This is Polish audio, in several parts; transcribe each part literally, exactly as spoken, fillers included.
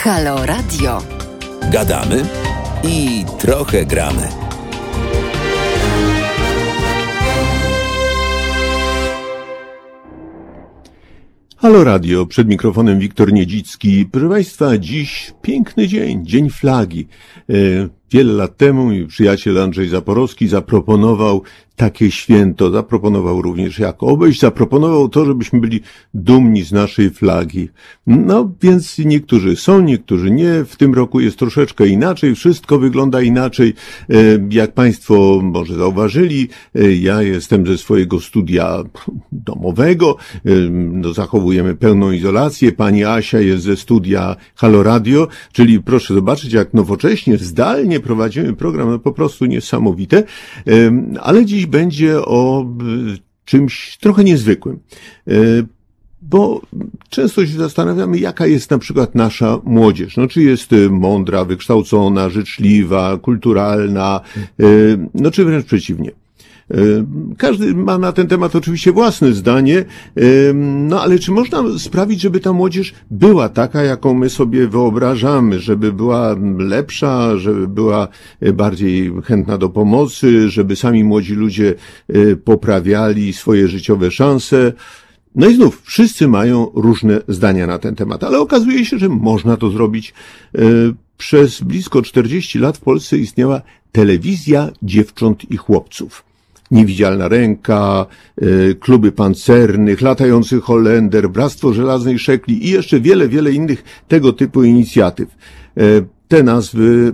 Halo Radio. Gadamy i trochę gramy. Halo Radio, przed mikrofonem Wiktor Niedzicki. Proszę Państwa, dziś piękny dzień, Dzień Flagi. Wiele lat temu mój przyjaciel Andrzej Zaporowski zaproponował takie święto, zaproponował również jak obejść, zaproponował to, żebyśmy byli dumni z naszej flagi. No więc niektórzy są, niektórzy nie. W tym roku jest troszeczkę inaczej, wszystko wygląda inaczej. Jak Państwo może zauważyli, ja jestem ze swojego studia domowego, no, zachowujemy pełną izolację. Pani Asia jest ze studia Halo Radio, czyli proszę zobaczyć, jak nowocześnie, zdalnie prowadzimy program, no po prostu niesamowite, ale dziś będzie o czymś trochę niezwykłym, bo często się zastanawiamy, jaka jest na przykład nasza młodzież. No, czy jest mądra, wykształcona, życzliwa, kulturalna, no czy wręcz przeciwnie. Każdy ma na ten temat oczywiście własne zdanie, no ale czy można sprawić, żeby ta młodzież była taka, jaką my sobie wyobrażamy, żeby była lepsza, żeby była bardziej chętna do pomocy, żeby sami młodzi ludzie poprawiali swoje życiowe szanse? No i znów, wszyscy mają różne zdania na ten temat, ale okazuje się, że można to zrobić. Przez blisko czterdzieści lat w Polsce istniała telewizja dziewcząt i chłopców. Niewidzialna ręka, kluby pancernych, latający Holender, Bractwo Żelaznej Szekli i jeszcze wiele, wiele innych tego typu inicjatyw. Te nazwy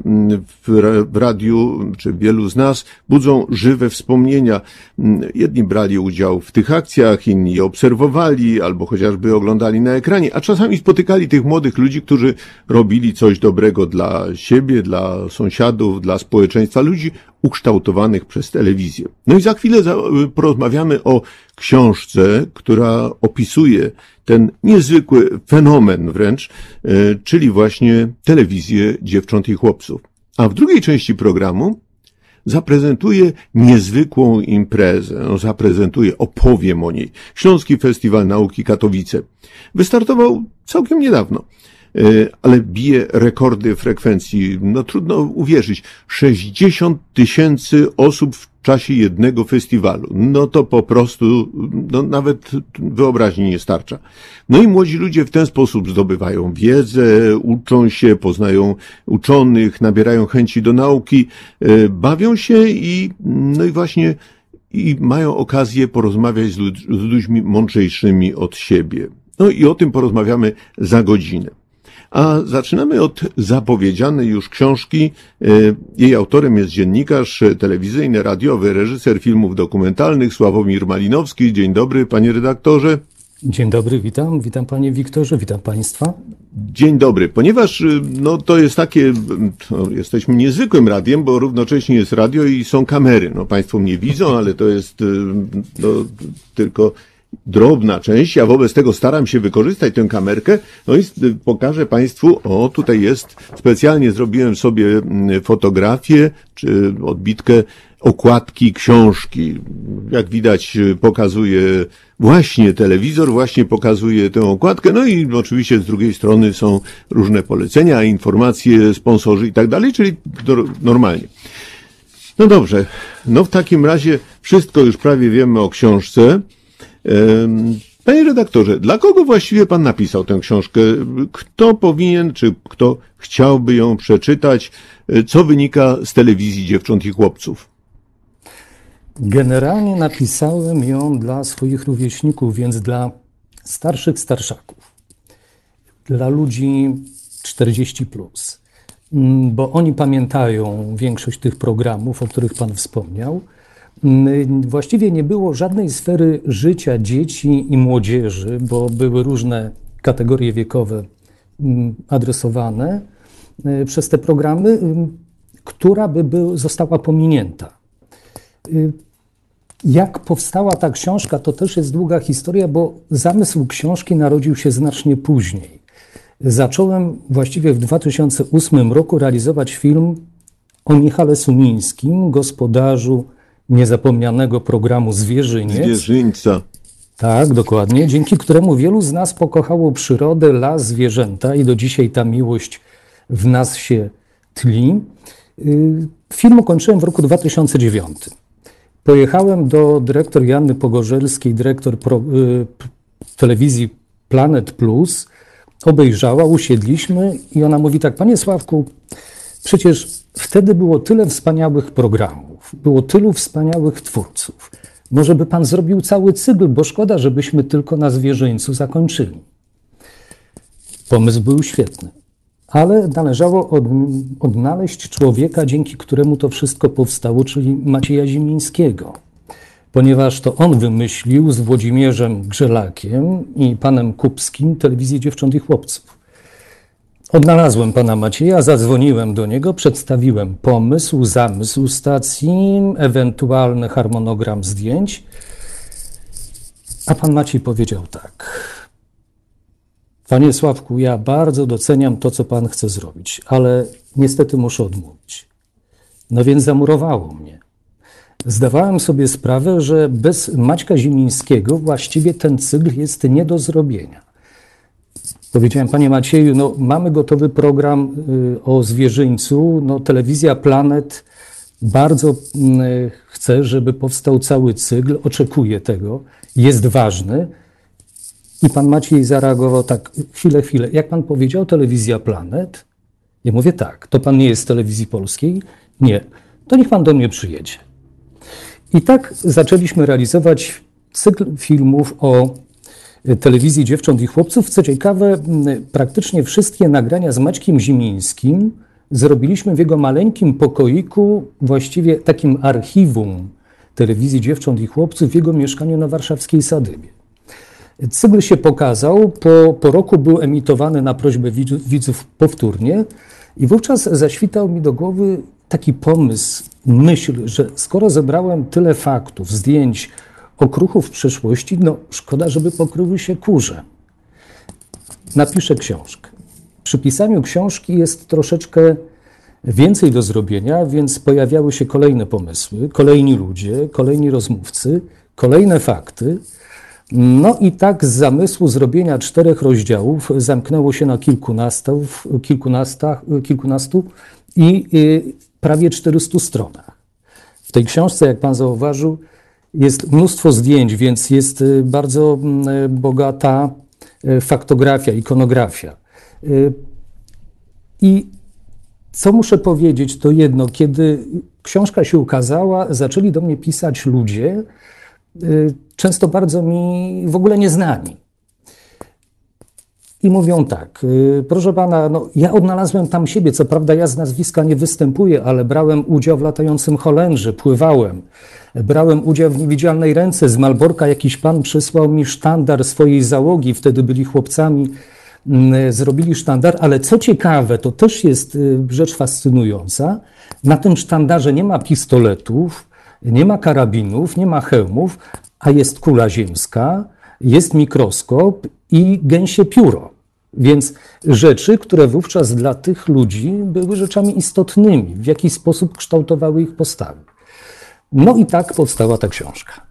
w radiu, czy wielu z nas, budzą żywe wspomnienia. Jedni brali udział w tych akcjach, inni je obserwowali, albo chociażby oglądali na ekranie, a czasami spotykali tych młodych ludzi, którzy robili coś dobrego dla siebie, dla sąsiadów, dla społeczeństwa, ludzi ukształtowanych przez telewizję. No i za chwilę porozmawiamy o książce, która opisuje ten niezwykły fenomen wręcz, czyli właśnie telewizję dziewcząt i chłopców. A w drugiej części programu zaprezentuję niezwykłą imprezę, no, zaprezentuję, opowiem o niej. Śląski Festiwal Nauki Katowice. Wystartował całkiem niedawno, ale bije rekordy frekwencji. No trudno uwierzyć. sześćdziesiąt tysięcy osób w czasie jednego festiwalu. No to po prostu, no nawet wyobraźni nie starcza. No i młodzi ludzie w ten sposób zdobywają wiedzę, uczą się, poznają uczonych, nabierają chęci do nauki, bawią się i, no i właśnie, i mają okazję porozmawiać z, lud- z ludźmi mądrzejszymi od siebie. No i o tym porozmawiamy za godzinę. A zaczynamy od zapowiedzianej już książki. Jej autorem jest dziennikarz telewizyjny, radiowy, reżyser filmów dokumentalnych Sławomir Malinowski. Dzień dobry, panie redaktorze. Dzień dobry, witam. Witam panie Wiktorze, witam państwa. Dzień dobry. Ponieważ no, to jest takie, no, jesteśmy niezwykłym radiem, bo równocześnie jest radio i są kamery. No, państwo mnie widzą, ale to jest no, tylko drobna część, ja wobec tego staram się wykorzystać tę kamerkę, no i pokażę Państwu, o tutaj jest, specjalnie zrobiłem sobie fotografię, czy odbitkę okładki książki. Jak widać pokazuje właśnie telewizor, właśnie pokazuje tę okładkę, no i oczywiście z drugiej strony są różne polecenia, informacje, sponsorzy i tak dalej, czyli normalnie. No dobrze, no w takim razie wszystko już prawie wiemy o książce. Panie redaktorze, dla kogo właściwie pan napisał tę książkę? Kto powinien, czy kto chciałby ją przeczytać? Co wynika z telewizji dziewcząt i chłopców? Generalnie napisałem ją dla swoich rówieśników, więc dla starszych starszaków. Dla ludzi czterdzieści plus. Bo oni pamiętają większość tych programów, o których pan wspomniał. Właściwie nie było żadnej sfery życia dzieci i młodzieży, bo były różne kategorie wiekowe adresowane przez te programy, która by był, została pominięta. Jak powstała ta książka, to też jest długa historia, bo zamysł książki narodził się znacznie później. Zacząłem właściwie w dwa tysiące ósmym roku realizować film o Michale Sumińskim, gospodarzu niezapomnianego programu Zwierzyniec. Zwierzyńca. Tak, dokładnie, dzięki któremu wielu z nas pokochało przyrodę, las, zwierzęta i do dzisiaj ta miłość w nas się tli. Film ukończyłem w roku dwa tysiące dziewiątym. Pojechałem do dyrektor Joanny Pogorzelskiej, dyrektor pro, y, telewizji Planet Plus, obejrzała, usiedliśmy i ona mówi tak: panie Sławku, przecież wtedy było tyle wspaniałych programów, było tylu wspaniałych twórców. Może by pan zrobił cały cykl, bo szkoda, żebyśmy tylko na zwierzyńcu zakończyli. Pomysł był świetny, ale należało od, odnaleźć człowieka, dzięki któremu to wszystko powstało, czyli Macieja Zimińskiego. Ponieważ to on wymyślił z Włodzimierzem Grzelakiem i panem Kupskim telewizję Dziewcząt i Chłopców. Odnalazłem pana Macieja, zadzwoniłem do niego, przedstawiłem pomysł, zamysł stacji, ewentualny harmonogram zdjęć, a pan Maciej powiedział tak: panie Sławku, ja bardzo doceniam to, co pan chce zrobić, ale niestety muszę odmówić. No więc zamurowało mnie. Zdawałem sobie sprawę, że bez Maćka Zimińskiego właściwie ten cykl jest nie do zrobienia. Powiedziałem: panie Macieju, no mamy gotowy program y, o zwierzyńcu, no telewizja Planet bardzo y, chce, żeby powstał cały cykl, oczekuje tego, jest ważny. I pan Maciej zareagował tak: chwilę, chwilę, jak pan powiedział, telewizja Planet? Ja mówię: tak. To pan nie jest z Telewizji Polskiej? Nie. To niech pan do mnie przyjedzie. I tak zaczęliśmy realizować cykl filmów o telewizji Dziewcząt i Chłopców. Co ciekawe, praktycznie wszystkie nagrania z Maćkiem Zimińskim zrobiliśmy w jego maleńkim pokoiku, właściwie takim archiwum telewizji Dziewcząt i Chłopców w jego mieszkaniu na warszawskiej Sadybie. Cykl się pokazał, po, po roku był emitowany na prośbę widzów powtórnie i wówczas zaświtał mi do głowy taki pomysł, myśl, że skoro zebrałem tyle faktów, zdjęć, okruchów przeszłości, no szkoda, żeby pokryły się kurze. Napiszę książkę. Przy pisaniu książki jest troszeczkę więcej do zrobienia, więc pojawiały się kolejne pomysły, kolejni ludzie, kolejni rozmówcy, kolejne fakty. No i tak z zamysłu zrobienia czterech rozdziałów zamknęło się na kilkunastu, kilkunastach, kilkunastu i prawie czterystu stronach. W tej książce, jak pan zauważył, jest mnóstwo zdjęć, więc jest bardzo bogata faktografia, ikonografia. I co muszę powiedzieć, to jedno, kiedy książka się ukazała, zaczęli do mnie pisać ludzie, często bardzo mi w ogóle nieznani. I mówią tak: proszę pana, no ja odnalazłem tam siebie, co prawda ja z nazwiska nie występuję, ale brałem udział w latającym Holendrze, pływałem. Brałem udział w Niewidzialnej Ręce, z Malborka jakiś pan przysłał mi sztandar swojej załogi, wtedy byli chłopcami, zrobili sztandar, ale co ciekawe, to też jest rzecz fascynująca, na tym sztandarze nie ma pistoletów, nie ma karabinów, nie ma hełmów, a jest kula ziemska, jest mikroskop i gęsie pióro. Więc rzeczy, które wówczas dla tych ludzi były rzeczami istotnymi, w jakiś sposób kształtowały ich postawy. No i tak powstała ta książka.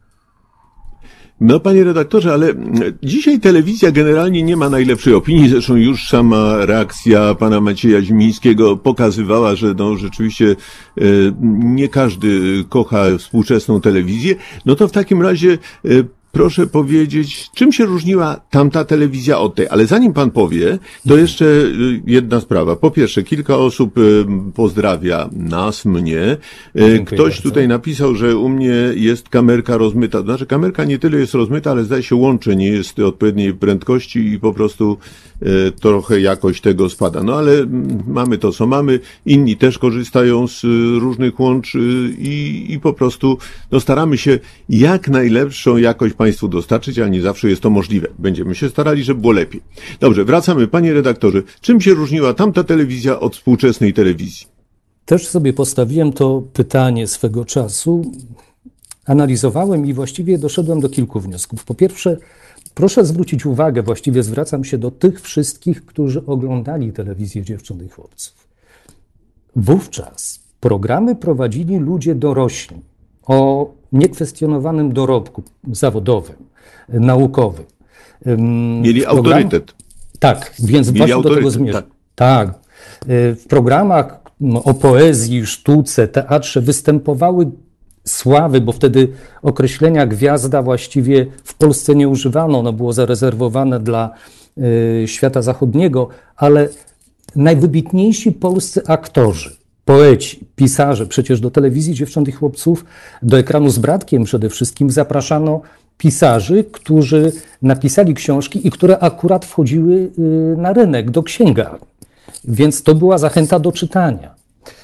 No, panie redaktorze, ale dzisiaj telewizja generalnie nie ma najlepszej opinii. Zresztą już sama reakcja pana Macieja Zimińskiego pokazywała, że no rzeczywiście e, nie każdy kocha współczesną telewizję. No to w takim razie e, proszę powiedzieć, czym się różniła tamta telewizja od tej? Ale zanim pan powie, to jeszcze jedna sprawa. Po pierwsze, kilka osób pozdrawia nas, mnie. Dziękuję Ktoś bardzo. Tutaj napisał, że u mnie jest kamerka rozmyta. Znaczy, kamerka nie tyle jest rozmyta, ale zdaje się łącze nie jest odpowiedniej prędkości i po prostu e, trochę jakość tego spada. No ale mamy to, co mamy. Inni też korzystają z różnych łącz i, i po prostu no, staramy się jak najlepszą jakość państwu dostarczyć, ale nie zawsze jest to możliwe. Będziemy się starali, żeby było lepiej. Dobrze, wracamy. Panie redaktorze, czym się różniła tamta telewizja od współczesnej telewizji? Też sobie postawiłem to pytanie swego czasu, analizowałem i właściwie doszedłem do kilku wniosków. Po pierwsze, proszę zwrócić uwagę, właściwie zwracam się do tych wszystkich, którzy oglądali telewizję Dziewcząt i Chłopców. Wówczas programy prowadzili ludzie dorośli. o niekwestionowanym dorobku zawodowym, naukowym. Mieli program... autorytet. Tak, więc Mieli właśnie autorytet, do tego zmierzam. tak. tak. W programach o poezji, sztuce, teatrze występowały sławy, bo wtedy określenia gwiazda właściwie w Polsce nie używano, ono było zarezerwowane dla y, świata zachodniego, ale najwybitniejsi polscy aktorzy, poeci, pisarze, przecież do telewizji Dziewcząt i Chłopców, do ekranu z Bratkiem przede wszystkim zapraszano pisarzy, którzy napisali książki i które akurat wchodziły y, na rynek, do księgarni. Więc to była zachęta do czytania.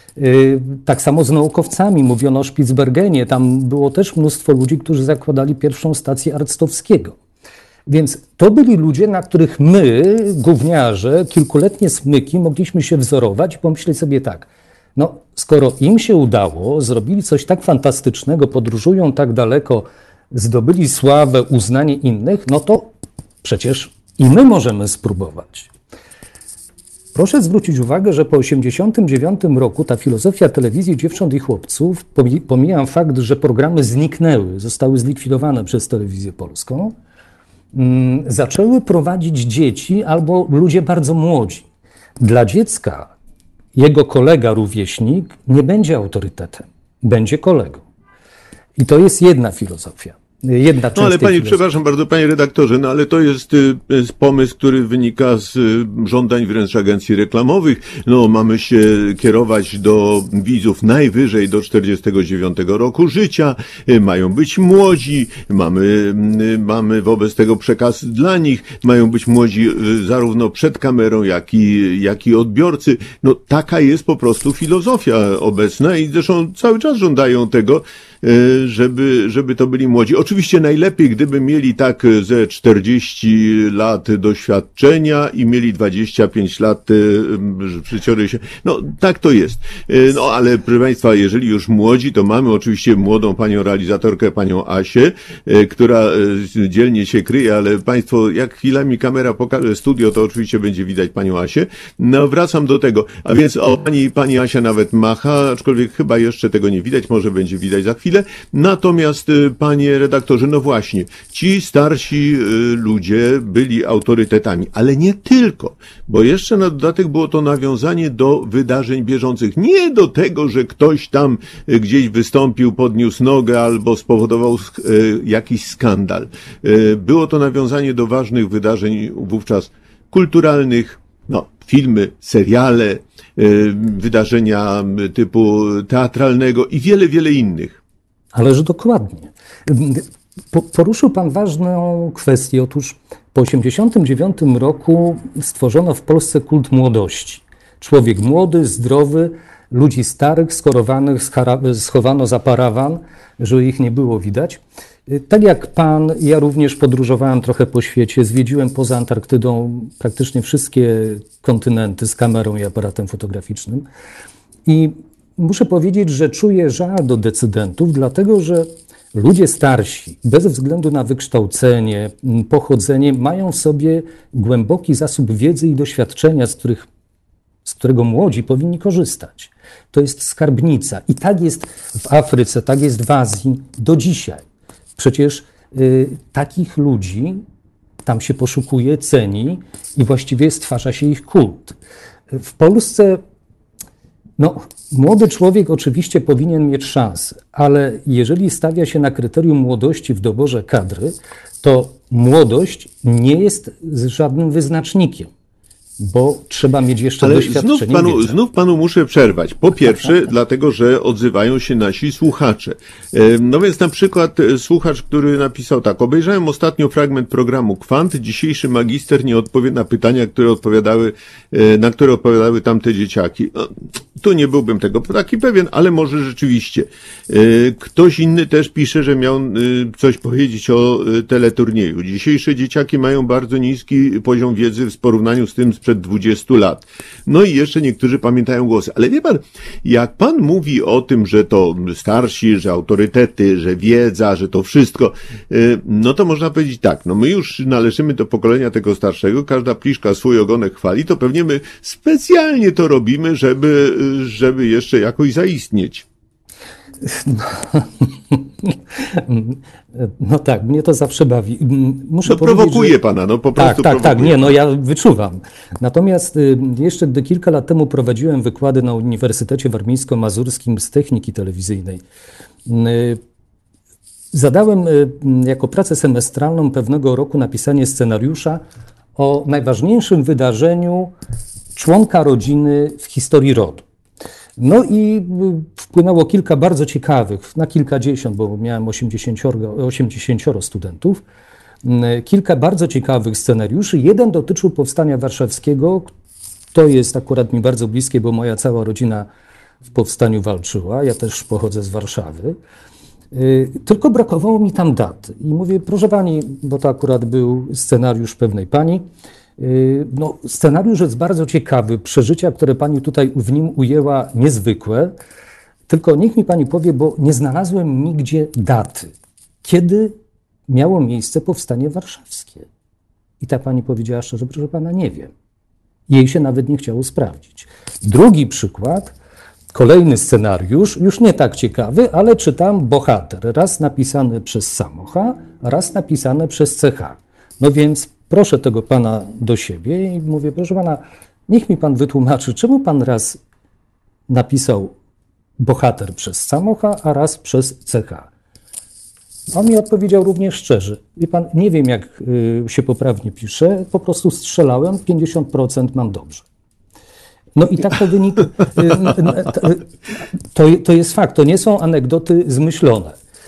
Tak samo z naukowcami, mówiono o Spitsbergenie, tam było też mnóstwo ludzi, którzy zakładali pierwszą stację Arctowskiego. Więc to byli ludzie, na których my, gówniarze, kilkuletnie smyki, mogliśmy się wzorować i pomyśleć sobie tak, no skoro im się udało, zrobili coś tak fantastycznego, podróżują tak daleko, zdobyli sławę, uznanie innych, no to przecież i my możemy spróbować. Proszę zwrócić uwagę, że po osiemdziesiątym dziewiątym roku ta filozofia telewizji Dziewcząt i Chłopców, pomijam fakt, że programy zniknęły, zostały zlikwidowane przez Telewizję Polską, mm, zaczęły prowadzić dzieci albo ludzie bardzo młodzi. Dla dziecka jego kolega, rówieśnik nie będzie autorytetem, będzie kolegą. I to jest jedna filozofia. Jedna no ale panie, przepraszam bardzo, panie redaktorze, no ale to jest y, pomysł, który wynika z y, żądań wręcz agencji reklamowych. No mamy się kierować do widzów najwyżej do czterdziestego dziewiątego roku życia, y, mają być młodzi, mamy, y, mamy wobec tego przekaz dla nich, mają być młodzi y, zarówno przed kamerą, jak i, jak i odbiorcy. No taka jest po prostu filozofia obecna i zresztą cały czas żądają tego, żeby, żeby to byli młodzi. Oczywiście najlepiej, gdyby mieli tak ze czterdzieści lat doświadczenia i mieli dwadzieścia pięć lat w życiorysie. No, tak to jest. No, ale proszę państwa, jeżeli już młodzi, to mamy oczywiście młodą panią realizatorkę, panią Asię, która dzielnie się kryje, ale państwo, jak chwilami kamera pokaże studio, to oczywiście będzie widać panią Asię. No, wracam do tego. A więc o, pani, pani Asia nawet macha, aczkolwiek chyba jeszcze tego nie widać, może będzie widać za chwilę. Natomiast, panie redaktorze, no właśnie, ci starsi ludzie byli autorytetami, ale nie tylko, bo jeszcze na dodatek było to nawiązanie do wydarzeń bieżących. Nie do tego, że ktoś tam gdzieś wystąpił, podniósł nogę albo spowodował jakiś skandal. Było to nawiązanie do ważnych wydarzeń wówczas kulturalnych, no, filmy, seriale, wydarzenia typu teatralnego i wiele, wiele innych. Ależ dokładnie. Poruszył pan ważną kwestię. Otóż po osiemdziesiątym dziewiątym roku stworzono w Polsce kult młodości. Człowiek młody, zdrowy, ludzi starych, skorowanych schowano za parawan, żeby ich nie było widać. Tak jak pan, ja również podróżowałem trochę po świecie, zwiedziłem poza Antarktydą praktycznie wszystkie kontynenty z kamerą i aparatem fotograficznym. I muszę powiedzieć, że czuję żal do decydentów, dlatego że ludzie starsi, bez względu na wykształcenie, pochodzenie, mają w sobie głęboki zasób wiedzy i doświadczenia, z których, z którego młodzi powinni korzystać. To jest skarbnica. I tak jest w Afryce, tak jest w Azji do dzisiaj. Przecież y, takich ludzi tam się poszukuje, ceni i właściwie stwarza się ich kult. W Polsce no, młody człowiek oczywiście powinien mieć szansę, ale jeżeli stawia się na kryterium młodości w doborze kadry, to młodość nie jest żadnym wyznacznikiem, bo trzeba mieć jeszcze ale doświadczenie. Znów panu, znów panu muszę przerwać. Po pierwsze, tak, tak, tak. dlatego, że odzywają się nasi słuchacze. No więc na przykład słuchacz, który napisał tak: obejrzałem ostatnio fragment programu Kwant. Dzisiejszy magister nie odpowie na pytania, które odpowiadały, na które odpowiadały tamte dzieciaki. No, tu nie byłbym tego taki pewien, ale może rzeczywiście. Ktoś inny też pisze, że miał coś powiedzieć o teleturnieju. Dzisiejsze dzieciaki mają bardzo niski poziom wiedzy w porównaniu z tym sprzed dwudziestu lat. No i jeszcze niektórzy pamiętają głosy. Ale wie pan, jak pan mówi o tym, że to starsi, że autorytety, że wiedza, że to wszystko, no to można powiedzieć tak, no my już należymy do pokolenia tego starszego, każda pliszka swój ogonek chwali, to pewnie my specjalnie to robimy, żeby, żeby jeszcze jakoś zaistnieć. No tak, mnie to zawsze bawi. Muszę no powiedzieć, prowokuje że... pana, no po tak, prostu Tak, tak, prowokuje. nie, no ja wyczuwam. Natomiast jeszcze gdy kilka lat temu prowadziłem wykłady na Uniwersytecie Warmińsko-Mazurskim z techniki telewizyjnej, zadałem jako pracę semestralną pewnego roku napisanie scenariusza o najważniejszym wydarzeniu członka rodziny w historii rodu. No i wpłynęło kilka bardzo ciekawych, na kilkadziesiąt, bo miałem osiemdziesięcioro studentów, kilka bardzo ciekawych scenariuszy. Jeden dotyczył Powstania Warszawskiego, to jest akurat mi bardzo bliskie, bo moja cała rodzina w powstaniu walczyła, ja też pochodzę z Warszawy. Tylko brakowało mi tam daty. I mówię, proszę pani, bo to akurat był scenariusz pewnej pani, no, scenariusz jest bardzo ciekawy, przeżycia, które pani tutaj w nim ujęła, niezwykłe, tylko niech mi pani powie, bo nie znalazłem nigdzie daty, kiedy miało miejsce Powstanie Warszawskie. I ta pani powiedziała szczerze, proszę pana, nie wiem. Jej się nawet nie chciało sprawdzić. Drugi przykład, kolejny scenariusz, już nie tak ciekawy, ale czytam Bohater, raz napisany przez Samocha, raz napisany przez C H. No więc proszę tego pana do siebie i mówię, proszę pana, niech mi pan wytłumaczy, czemu pan raz napisał Bohater przez Samocha, a raz przez C H. On mi odpowiedział również szczerze. Wie pan, nie wiem jak się poprawnie pisze, po prostu strzelałem, pięćdziesiąt procent mam dobrze. No i tak to wynika. To, to jest fakt, to nie są anegdoty zmyślone.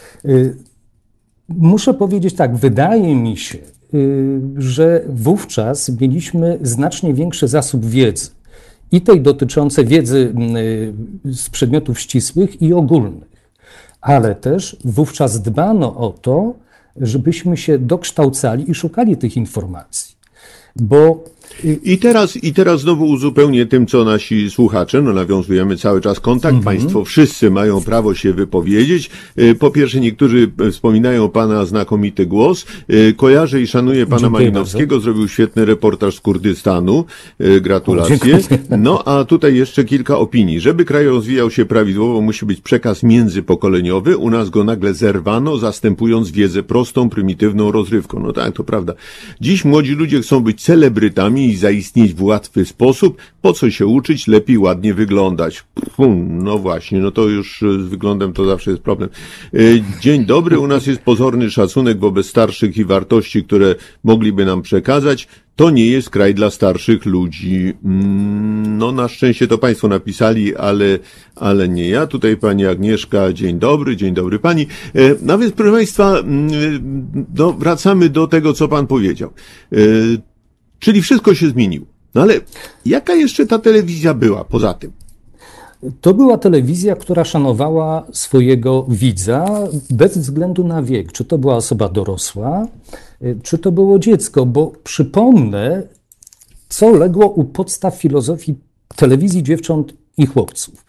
Muszę powiedzieć tak, wydaje mi się, że wówczas mieliśmy znacznie większy zasób wiedzy. I tej dotyczącej wiedzy z przedmiotów ścisłych i ogólnych. Ale też wówczas dbano o to, żebyśmy się dokształcali i szukali tych informacji. Bo I teraz, I teraz znowu uzupełnię tym, co nasi słuchacze, no nawiązujemy cały czas kontakt, mm-hmm. Państwo wszyscy mają prawo się wypowiedzieć. Po pierwsze, niektórzy wspominają Pana znakomity głos. Kojarzę i szanuję Pana Dziękuję Malinowskiego, bardzo. Zrobił świetny reportaż z Kurdystanu. Gratulacje. No a tutaj jeszcze kilka opinii. Żeby kraj rozwijał się prawidłowo, musi być przekaz międzypokoleniowy. U nas go nagle zerwano, zastępując wiedzę prostą, prymitywną rozrywką. No tak, to prawda. Dziś młodzi ludzie chcą być celebrytami i zaistnieć w łatwy sposób. Po co się uczyć? Lepiej ładnie wyglądać. Pum, no właśnie, no to już z wyglądem to zawsze jest problem. Dzień dobry, u nas jest pozorny szacunek wobec starszych i wartości, które mogliby nam przekazać. To nie jest kraj dla starszych ludzi. No na szczęście to Państwo napisali, ale, ale nie ja. Tutaj Pani Agnieszka, dzień dobry, dzień dobry Pani. No więc proszę Państwa, no, wracamy do tego, co Pan powiedział. Czyli wszystko się zmieniło. No ale jaka jeszcze ta telewizja była poza tym? To była telewizja, która szanowała swojego widza bez względu na wiek. Czy to była osoba dorosła, czy to było dziecko. Bo przypomnę, co legło u podstaw filozofii telewizji dziewcząt i chłopców.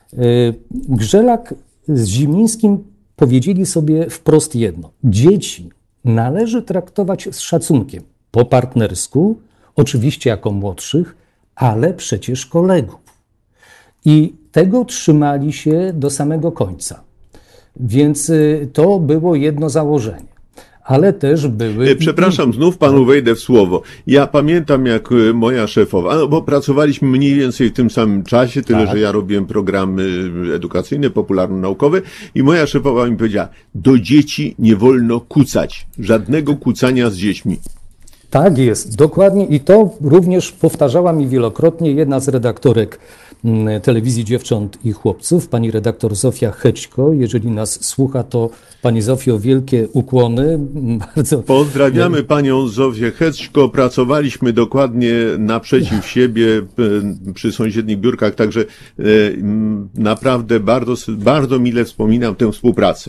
Grzelak z Zimińskim powiedzieli sobie wprost jedno. Dzieci należy traktować z szacunkiem. Po partnersku, oczywiście jako młodszych, ale przecież kolegów. I tego trzymali się do samego końca. Więc to było jedno założenie. Ale też były... Przepraszam, znów Panu wejdę w słowo. Ja pamiętam, jak moja szefowa, no bo pracowaliśmy mniej więcej w tym samym czasie, tyle, tak. że ja robiłem programy edukacyjne, popularno-naukowe i moja szefowa mi powiedziała, do dzieci nie wolno kucać. Żadnego kucania z dziećmi. Tak jest, dokładnie i to również powtarzała mi wielokrotnie jedna z redaktorek telewizji dziewcząt i chłopców, pani redaktor Zofia Hećko. Jeżeli nas słucha, to pani Zofio, wielkie ukłony. Bardzo... Pozdrawiamy panią Zofię Hećko. Pracowaliśmy dokładnie naprzeciw siebie przy sąsiednich biurkach, także naprawdę bardzo, bardzo mile wspominam tę współpracę.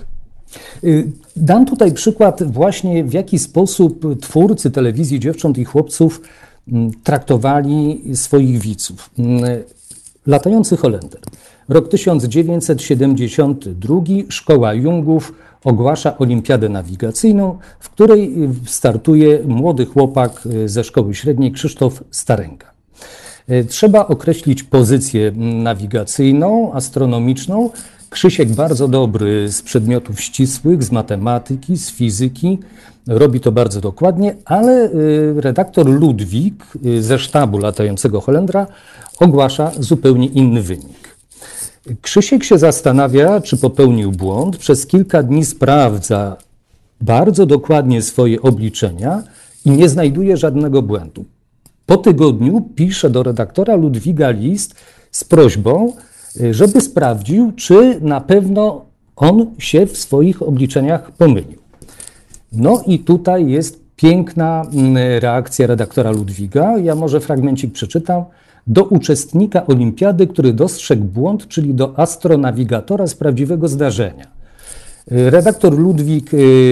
Dam tutaj przykład właśnie, w jaki sposób twórcy telewizji dziewcząt i chłopców traktowali swoich widzów. Latający Holender. Rok tysiąc dziewięćset siedemdziesiąty drugi. Szkoła Jungów ogłasza olimpiadę nawigacyjną, w której startuje młody chłopak ze szkoły średniej Krzysztof Starenka. Trzeba określić pozycję nawigacyjną, astronomiczną Krzysiek bardzo dobry z przedmiotów ścisłych, z matematyki, z fizyki, robi to bardzo dokładnie, ale redaktor Ludwik ze sztabu latającego Holendra ogłasza zupełnie inny wynik. Krzysiek się zastanawia, czy popełnił błąd, przez kilka dni sprawdza bardzo dokładnie swoje obliczenia i nie znajduje żadnego błędu. Po tygodniu pisze do redaktora Ludwiga list z prośbą, żeby sprawdził, czy na pewno on się w swoich obliczeniach pomylił. No i tutaj jest piękna reakcja redaktora Ludwiga. Ja może fragmencik przeczytam. Do uczestnika olimpiady, który dostrzegł błąd, czyli do astronawigatora z prawdziwego zdarzenia. Redaktor Ludwik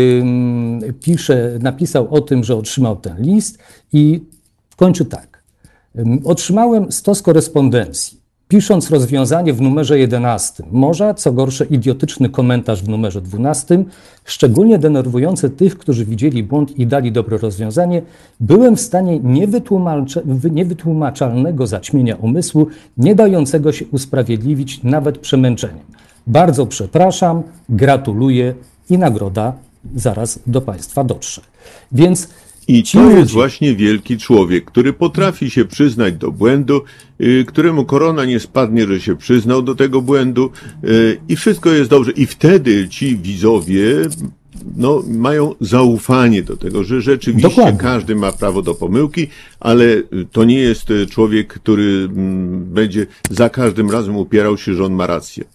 pisze, napisał o tym, że otrzymał ten list i kończy tak. Otrzymałem stos korespondencji. Pisząc rozwiązanie w numerze jedenastym, może, co gorsze, idiotyczny komentarz w numerze dwunastym, szczególnie denerwujący tych, którzy widzieli błąd i dali dobre rozwiązanie, byłem w stanie niewytłumaczalnego zaćmienia umysłu, nie dającego się usprawiedliwić nawet przemęczeniem. Bardzo przepraszam, gratuluję i nagroda zaraz do Państwa dotrze. Więc I to jest właśnie wielki człowiek, który potrafi się przyznać do błędu, yy, któremu korona nie spadnie, że się przyznał do tego błędu yy, i wszystko jest dobrze. I wtedy ci widzowie no, mają zaufanie do tego, że rzeczywiście Dokładnie. Każdy ma prawo do pomyłki, ale to nie jest człowiek, który mm, będzie za każdym razem upierał się, że on ma rację.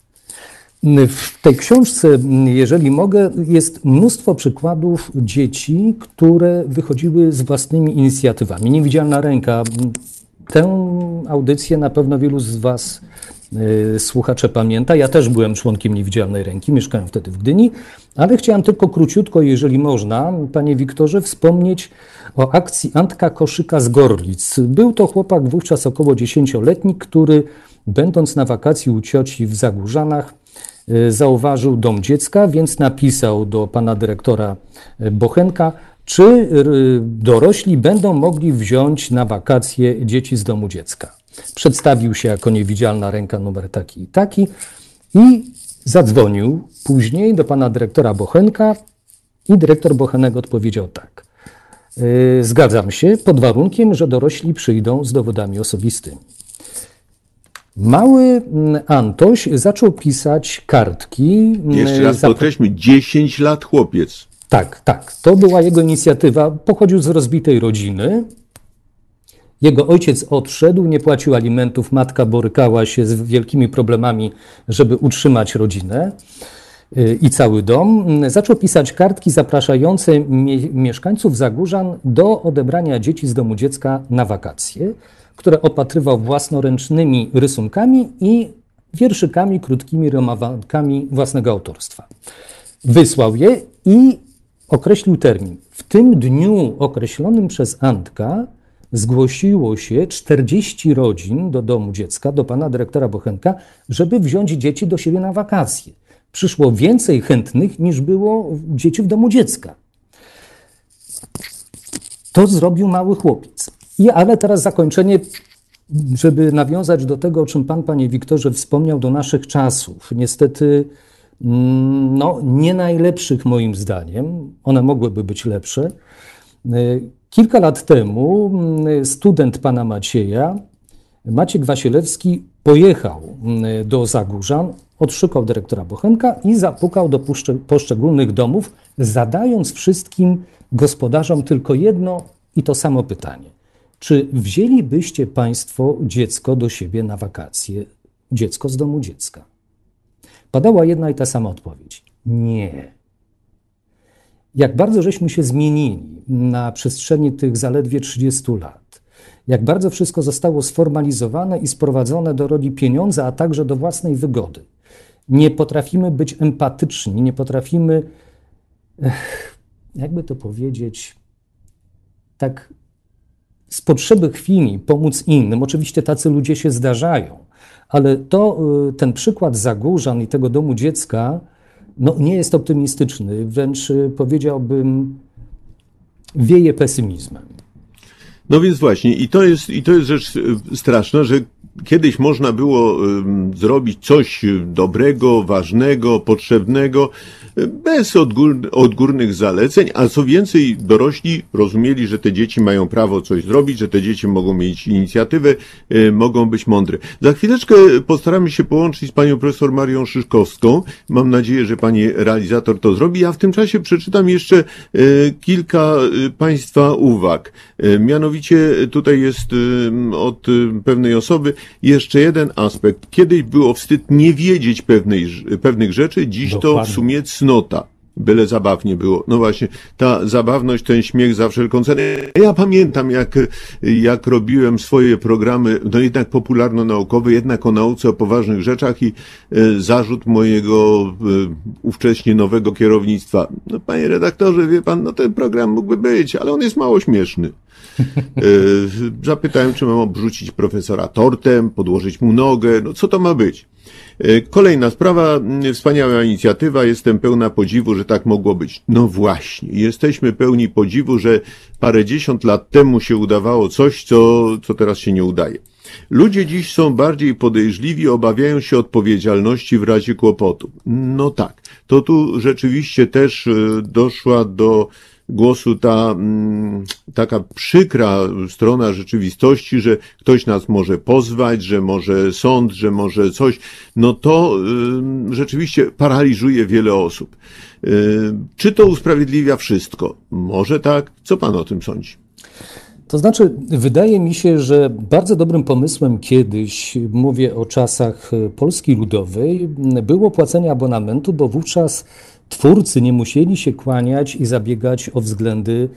W tej książce, jeżeli mogę, jest mnóstwo przykładów dzieci, które wychodziły z własnymi inicjatywami. Niewidzialna ręka. Tę audycję na pewno wielu z Was y, słuchacze pamięta. Ja też byłem członkiem Niewidzialnej Ręki, mieszkałem wtedy w Gdyni, ale chciałem tylko króciutko, jeżeli można, Panie Wiktorze, wspomnieć o akcji Antka Koszyka z Gorlic. Był to chłopak wówczas około dziesięcioletni, który będąc na wakacji u cioci w Zagórzanach, zauważył dom dziecka, więc napisał do pana dyrektora Bochenka, czy dorośli będą mogli wziąć na wakacje dzieci z domu dziecka. Przedstawił się jako Niewidzialna Ręka numer taki i taki i zadzwonił później do pana dyrektora Bochenka i dyrektor Bochenek odpowiedział tak. Zgadzam się pod warunkiem, że dorośli przyjdą z dowodami osobistymi. Mały Antoś zaczął pisać kartki. Jeszcze raz podkreślmy, dziesięć lat chłopiec. Tak, tak. To była jego inicjatywa. Pochodził z rozbitej rodziny. Jego ojciec odszedł, nie płacił alimentów, matka borykała się z wielkimi problemami, żeby utrzymać rodzinę i cały dom. Zaczął pisać kartki zapraszające mieszkańców Zagórzan do odebrania dzieci z domu dziecka na wakacje, które opatrywał własnoręcznymi rysunkami i wierszykami, krótkimi rymowankami własnego autorstwa. Wysłał je i określił termin. W tym dniu określonym przez Antka zgłosiło się czterdzieści rodzin do domu dziecka, do pana dyrektora Bochenka, żeby wziąć dzieci do siebie na wakacje. Przyszło więcej chętnych niż było dzieci w domu dziecka. To zrobił mały chłopiec. I, ale teraz zakończenie, żeby nawiązać do tego, o czym pan, panie Wiktorze, wspomniał, do naszych czasów. Niestety, no, nie najlepszych moim zdaniem. One mogłyby być lepsze. Kilka lat temu student pana Macieja, Maciek Wasilewski, pojechał do Zagórzan, odszukał dyrektora Bochenka i zapukał do poszczególnych domów, zadając wszystkim gospodarzom tylko jedno i to samo pytanie. Czy wzięlibyście Państwo dziecko do siebie na wakacje? Dziecko z domu dziecka. Padała jedna i ta sama odpowiedź. Nie. Jak bardzo żeśmy się zmienili na przestrzeni tych zaledwie trzydziestu lat. Jak bardzo wszystko zostało sformalizowane i sprowadzone do roli pieniądza, a także do własnej wygody. Nie potrafimy być empatyczni, nie potrafimy, jakby to powiedzieć, tak z potrzeby chwili pomóc innym. Oczywiście tacy ludzie się zdarzają, ale to ten przykład Zagórzan i tego domu dziecka no, nie jest optymistyczny, wręcz powiedziałbym wieje pesymizmem. No więc właśnie, i to jest, i to jest rzecz straszna, że kiedyś można było zrobić coś dobrego, ważnego, potrzebnego, bez odgór, odgórnych zaleceń, a co więcej, dorośli rozumieli, że te dzieci mają prawo coś zrobić, że te dzieci mogą mieć inicjatywę, mogą być mądre. Za chwileczkę postaramy się połączyć z panią profesor Marią Szyszkowską. Mam nadzieję, że pani realizator to zrobi. Ja w tym czasie przeczytam jeszcze kilka państwa uwag. Mianowicie tutaj jest od pewnej osoby jeszcze jeden aspekt. Kiedyś było wstyd nie wiedzieć pewnej, pewnych rzeczy, dziś Dokładnie. to w sumie cnota. Byle zabawnie było. No właśnie, ta zabawność, ten śmiech za wszelką cenę. Ja pamiętam, jak, jak robiłem swoje programy, no jednak popularno-naukowe, jednak o nauce, o poważnych rzeczach i e, zarzut mojego e, ówcześnie nowego kierownictwa. No panie redaktorze, wie pan, no ten program mógłby być, ale on jest mało śmieszny. E, zapytałem, czy mam obrzucić profesora tortem, podłożyć mu nogę, no co to ma być? Kolejna sprawa, wspaniała inicjatywa, jestem pełna podziwu, że tak mogło być. No właśnie, jesteśmy pełni podziwu, że parędziesiąt lat temu się udawało coś, co, co teraz się nie udaje. Ludzie dziś są bardziej podejrzliwi, obawiają się odpowiedzialności w razie kłopotu. No tak, to tu rzeczywiście też doszła do głosu ta taka przykra strona rzeczywistości, że ktoś nas może pozwać, że może sąd, że może coś, no to y, rzeczywiście paraliżuje wiele osób. Y, czy to usprawiedliwia wszystko? Może tak. Co pan o tym sądzi? To znaczy, wydaje mi się, że bardzo dobrym pomysłem kiedyś, mówię o czasach Polski Ludowej, było płacenie abonamentu, bo wówczas twórcy nie musieli się kłaniać i zabiegać o względy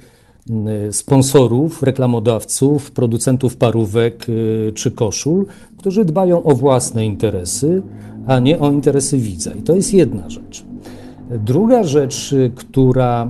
sponsorów, reklamodawców, producentów parówek czy koszul, którzy dbają o własne interesy, a nie o interesy widza. I to jest jedna rzecz. Druga rzecz, która...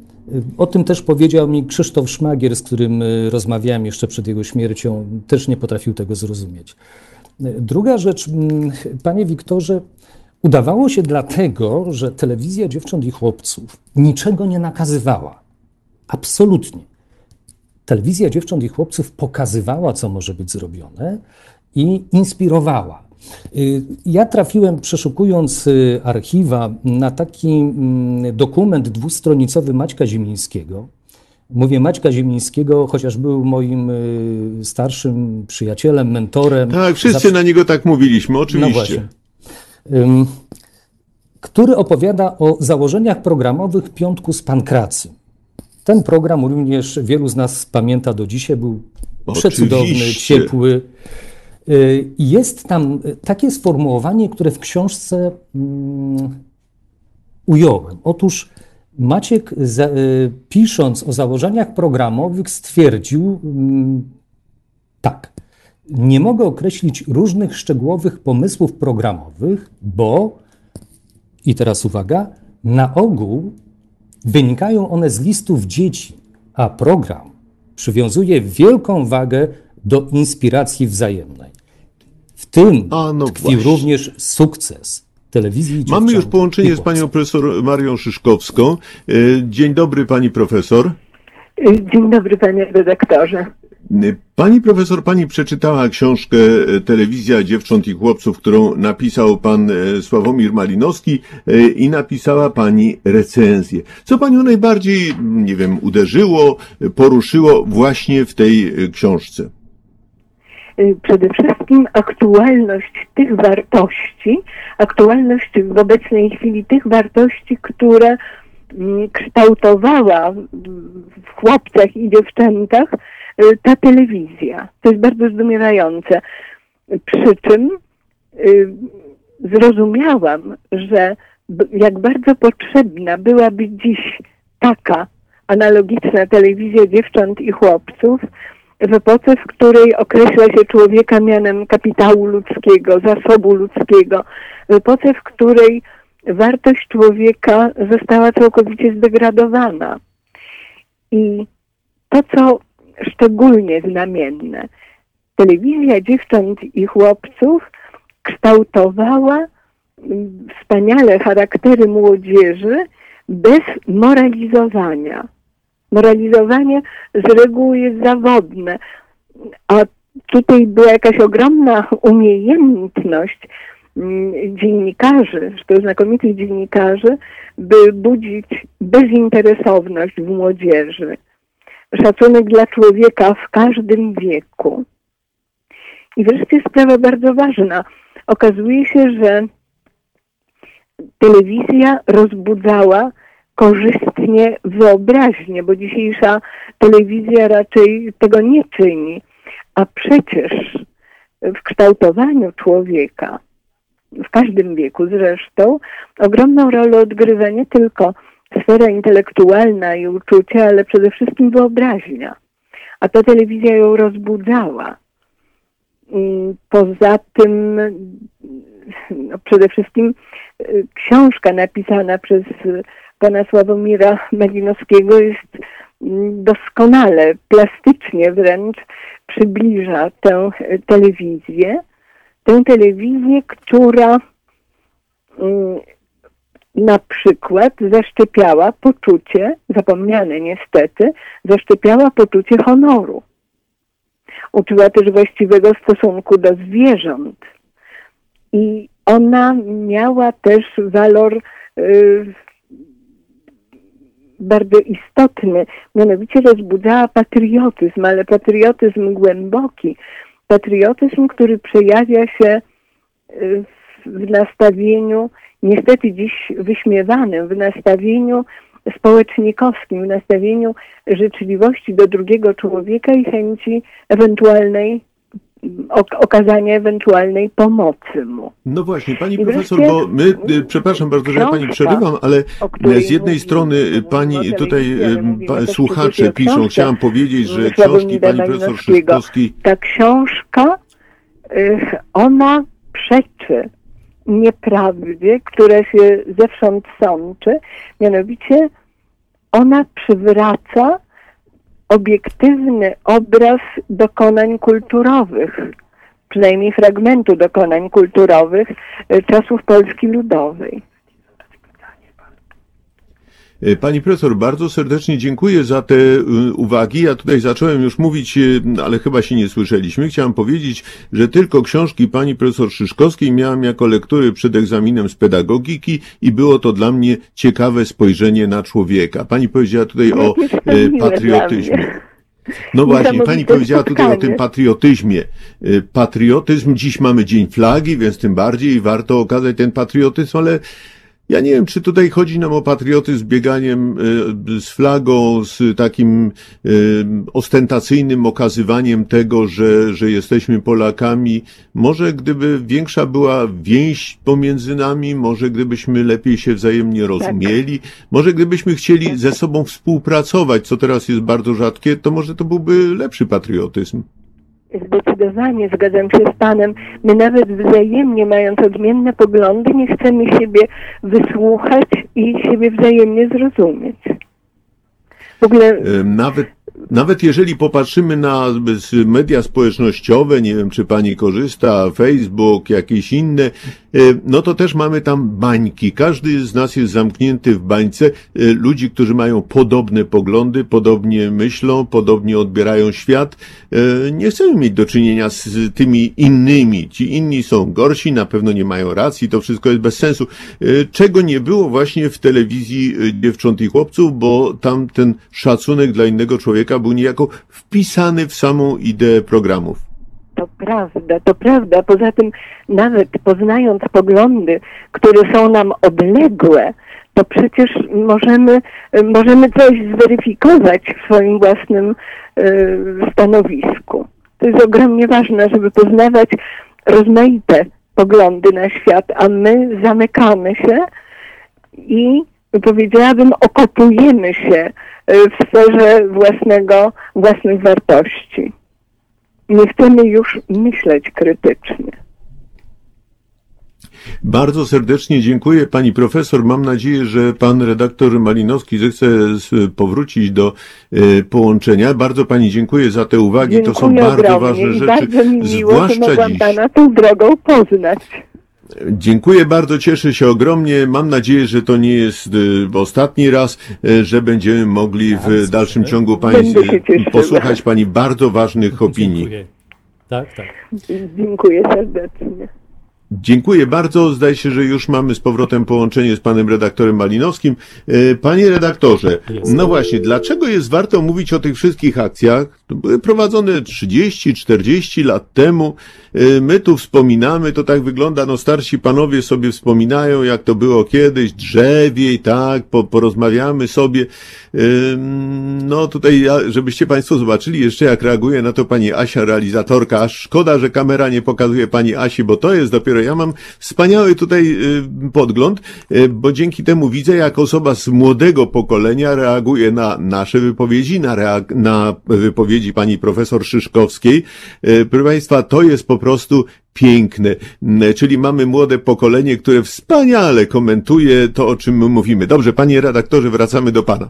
O tym też powiedział mi Krzysztof Szmagier, z którym rozmawiałem jeszcze przed jego śmiercią, też nie potrafił tego zrozumieć. Druga rzecz, panie Wiktorze, udawało się dlatego, że telewizja dziewcząt i chłopców niczego nie nakazywała. Absolutnie. Telewizja dziewcząt i chłopców pokazywała, co może być zrobione i inspirowała. Ja trafiłem, przeszukując archiwa, na taki dokument dwustronicowy Maćka Ziemińskiego. Mówię Maćka Ziemińskiego, chociaż był moim starszym przyjacielem, mentorem. Tak, wszyscy Zawsze... na niego tak mówiliśmy, oczywiście. No właśnie. Który opowiada o założeniach programowych Piątku z Pankracym. Ten program również wielu z nas pamięta do dzisiaj, był przecudowny, Oczywiście. ciepły. Jest tam takie sformułowanie, które w książce um, ująłem. Otóż Maciek, za, pisząc o założeniach programowych, stwierdził um, tak. Nie mogę określić różnych szczegółowych pomysłów programowych, bo, i teraz uwaga, na ogół wynikają one z listów dzieci, a program przywiązuje wielką wagę do inspiracji wzajemnej. W tym a, no tkwi właśnie. również sukces telewizji dziewcząt. Mamy już połączenie z panią profesor Marią Szyszkowską. Dzień dobry, pani profesor. Dzień dobry, panie redaktorze. Pani profesor, pani przeczytała książkę Telewizja dziewcząt i chłopców, którą napisał pan Sławomir Malinowski i napisała pani recenzję. Co panią najbardziej, nie wiem, uderzyło, poruszyło właśnie w tej książce? Przede wszystkim aktualność tych wartości, aktualność w obecnej chwili tych wartości, które kształtowała w chłopcach i dziewczętach ta telewizja. To jest bardzo zdumiewające. Przy czym y, zrozumiałam, że b, jak bardzo potrzebna byłaby dziś taka analogiczna telewizja dziewcząt i chłopców w epoce, w której określa się człowieka mianem kapitału ludzkiego, zasobu ludzkiego, w epoce, w której wartość człowieka została całkowicie zdegradowana. I to, co szczególnie znamienne, telewizja dziewcząt i chłopców kształtowała wspaniale charaktery młodzieży bez moralizowania. Moralizowanie z reguły jest zawodne, a tutaj była jakaś ogromna umiejętność dziennikarzy, to znakomitych dziennikarzy, by budzić bezinteresowność w młodzieży, szacunek dla człowieka w każdym wieku. I wreszcie sprawa bardzo ważna. Okazuje się, że telewizja rozbudzała korzystnie wyobraźnię, bo dzisiejsza telewizja raczej tego nie czyni. A przecież w kształtowaniu człowieka, w każdym wieku zresztą, ogromną rolę odgrywa nie tylko sfera intelektualna i uczucia, ale przede wszystkim wyobraźnia. A ta telewizja ją rozbudzała. Poza tym no przede wszystkim książka napisana przez pana Sławomira Malinowskiego jest doskonale, plastycznie wręcz przybliża tę telewizję. Tę telewizję, która na przykład zaszczepiała poczucie, zapomniane niestety, zaszczepiała poczucie honoru. Uczyła też właściwego stosunku do zwierząt. I ona miała też walor y, bardzo istotny, mianowicie rozbudzała patriotyzm, ale patriotyzm głęboki. Patriotyzm, który przejawia się y, w nastawieniu, niestety dziś wyśmiewanym, w nastawieniu społecznikowskim, w nastawieniu życzliwości do drugiego człowieka i chęci ewentualnej, okazania ewentualnej pomocy mu. No właśnie, pani I profesor, wreszcie, bo my, przepraszam bardzo, że ja pani przerywam, ale z jednej strony pani tutaj pa, słuchacze piszą, chciałam powiedzieć, że książki pani profesor Szyszkowskiej... Ta książka, ona przeczy nieprawdzie, która się zewsząd sączy, mianowicie ona przywraca obiektywny obraz dokonań kulturowych, przynajmniej fragmentu dokonań kulturowych czasów Polski Ludowej. Pani profesor, bardzo serdecznie dziękuję za te uwagi. Ja tutaj zacząłem już mówić, ale chyba się nie słyszeliśmy. Chciałem powiedzieć, że tylko książki pani profesor Szyszkowskiej miałem jako lektury przed egzaminem z pedagogiki i było to dla mnie ciekawe spojrzenie na człowieka. Pani powiedziała tutaj o patriotyzmie. No właśnie, pani powiedziała tutaj o tym patriotyzmie. Patriotyzm, dziś mamy Dzień Flagi, więc tym bardziej warto okazać ten patriotyzm, ale ja nie wiem, czy tutaj chodzi nam o patriotyzm z bieganiem z flagą, z takim ostentacyjnym okazywaniem tego, że, że jesteśmy Polakami. Może gdyby większa była więź pomiędzy nami, może gdybyśmy lepiej się wzajemnie rozumieli, tak. Może gdybyśmy chcieli ze sobą współpracować, co teraz jest bardzo rzadkie, to może to byłby lepszy patriotyzm. Zdecydowanie zgadzam się z panem. My nawet wzajemnie, mając odmienne poglądy, nie chcemy siebie wysłuchać i siebie wzajemnie zrozumieć. W ogóle... Nawet, nawet jeżeli popatrzymy na media społecznościowe, nie wiem, czy pani korzysta, Facebook, jakieś inne, no to też mamy tam bańki. Każdy z nas jest zamknięty w bańce ludzi, którzy mają podobne poglądy, podobnie myślą, podobnie odbierają świat. Nie chcemy mieć do czynienia z tymi innymi. Ci inni są gorsi, na pewno nie mają racji, to wszystko jest bez sensu. Czego nie było właśnie w telewizji Dziewcząt i Chłopców, bo tam ten szacunek dla innego człowieka był niejako wpisany w samą ideę programów. To prawda, to prawda. Poza tym nawet poznając poglądy, które są nam odległe, to przecież możemy, możemy coś zweryfikować w swoim własnym y, stanowisku. To jest ogromnie ważne, żeby poznawać rozmaite poglądy na świat, a my zamykamy się i powiedziałabym, okopujemy się w sferze własnego, własnych wartości. Nie chcemy już myśleć krytycznie. Bardzo serdecznie dziękuję pani profesor. Mam nadzieję, że pan redaktor Malinowski zechce powrócić do y, połączenia. Bardzo pani dziękuję za te uwagi. Dziękuję to są bardzo ogromnie. ważne I rzeczy. bardzo mi miło, zwłaszcza że mogłam dziś. pana tą drogą poznać. Dziękuję bardzo, cieszę się ogromnie. Mam nadzieję, że to nie jest y, ostatni raz, y, że będziemy mogli w dalszym ciągu pani, posłuchać pani bardzo ważnych opinii. Dziękuję. Tak, tak. Dziękuję serdecznie. Dziękuję bardzo. Zdaje się, że już mamy z powrotem połączenie z panem redaktorem Malinowskim. Panie redaktorze, no właśnie, dlaczego jest warto mówić o tych wszystkich akcjach? To były prowadzone trzydzieści czterdzieści lat temu. My tu wspominamy, to tak wygląda, no starsi panowie sobie wspominają, jak to było kiedyś, drzewiej, tak, po, porozmawiamy sobie. No tutaj, żebyście państwo zobaczyli jeszcze, jak reaguje na to pani Asia, realizatorka. Aż szkoda, że kamera nie pokazuje pani Asi, bo to jest dopiero, ja mam wspaniały tutaj podgląd, bo dzięki temu widzę, jak osoba z młodego pokolenia reaguje na nasze wypowiedzi, na, reag- na wypowiedzi pani profesor Szyszkowskiej. Proszę państwa, to jest po prostu piękne, czyli mamy młode pokolenie, które wspaniale komentuje to, o czym my mówimy. Dobrze, panie redaktorze, wracamy do pana.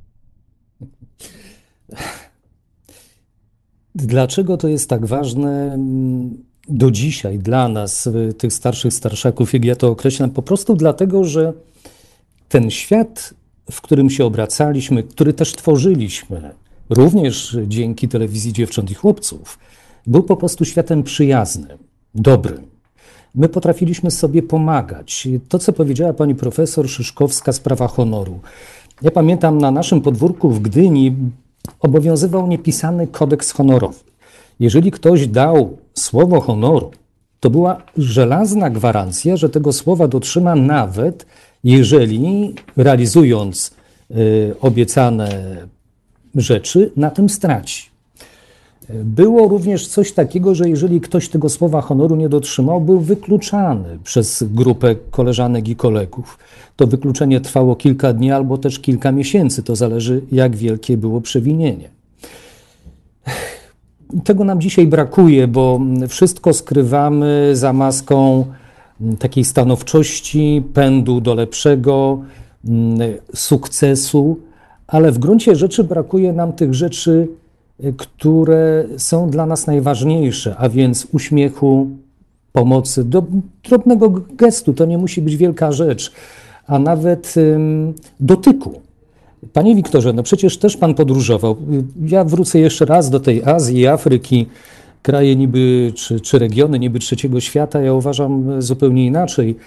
Dlaczego to jest tak ważne do dzisiaj dla nas, tych starszych starszaków, jak ja to określam? Po prostu dlatego, że ten świat, w którym się obracaliśmy, który też tworzyliśmy, również dzięki telewizji Dziewcząt i Chłopców, był po prostu światem przyjaznym, dobrym. My potrafiliśmy sobie pomagać. To, co powiedziała pani profesor Szyszkowska, sprawa honoru. Ja pamiętam, na naszym podwórku w Gdyni obowiązywał niepisany kodeks honorowy. Jeżeli ktoś dał słowo honoru, to była żelazna gwarancja, że tego słowa dotrzyma, nawet jeżeli realizując y, obiecane rzeczy, na tym straci. Było również coś takiego, że jeżeli ktoś tego słowa honoru nie dotrzymał, był wykluczany przez grupę koleżanek i kolegów. To wykluczenie trwało kilka dni albo też kilka miesięcy. To zależy, jak wielkie było przewinienie. Tego nam dzisiaj brakuje, bo wszystko skrywamy za maską takiej stanowczości, pędu do lepszego, sukcesu, ale w gruncie rzeczy brakuje nam tych rzeczy, które są dla nas najważniejsze, a więc uśmiechu, pomocy, do drobnego gestu, to nie musi być wielka rzecz, a nawet um, dotyku. Panie Wiktorze, no przecież też pan podróżował. Ja wrócę jeszcze raz do tej Azji i Afryki, kraje niby, czy, czy regiony niby trzeciego świata, ja uważam zupełnie inaczej.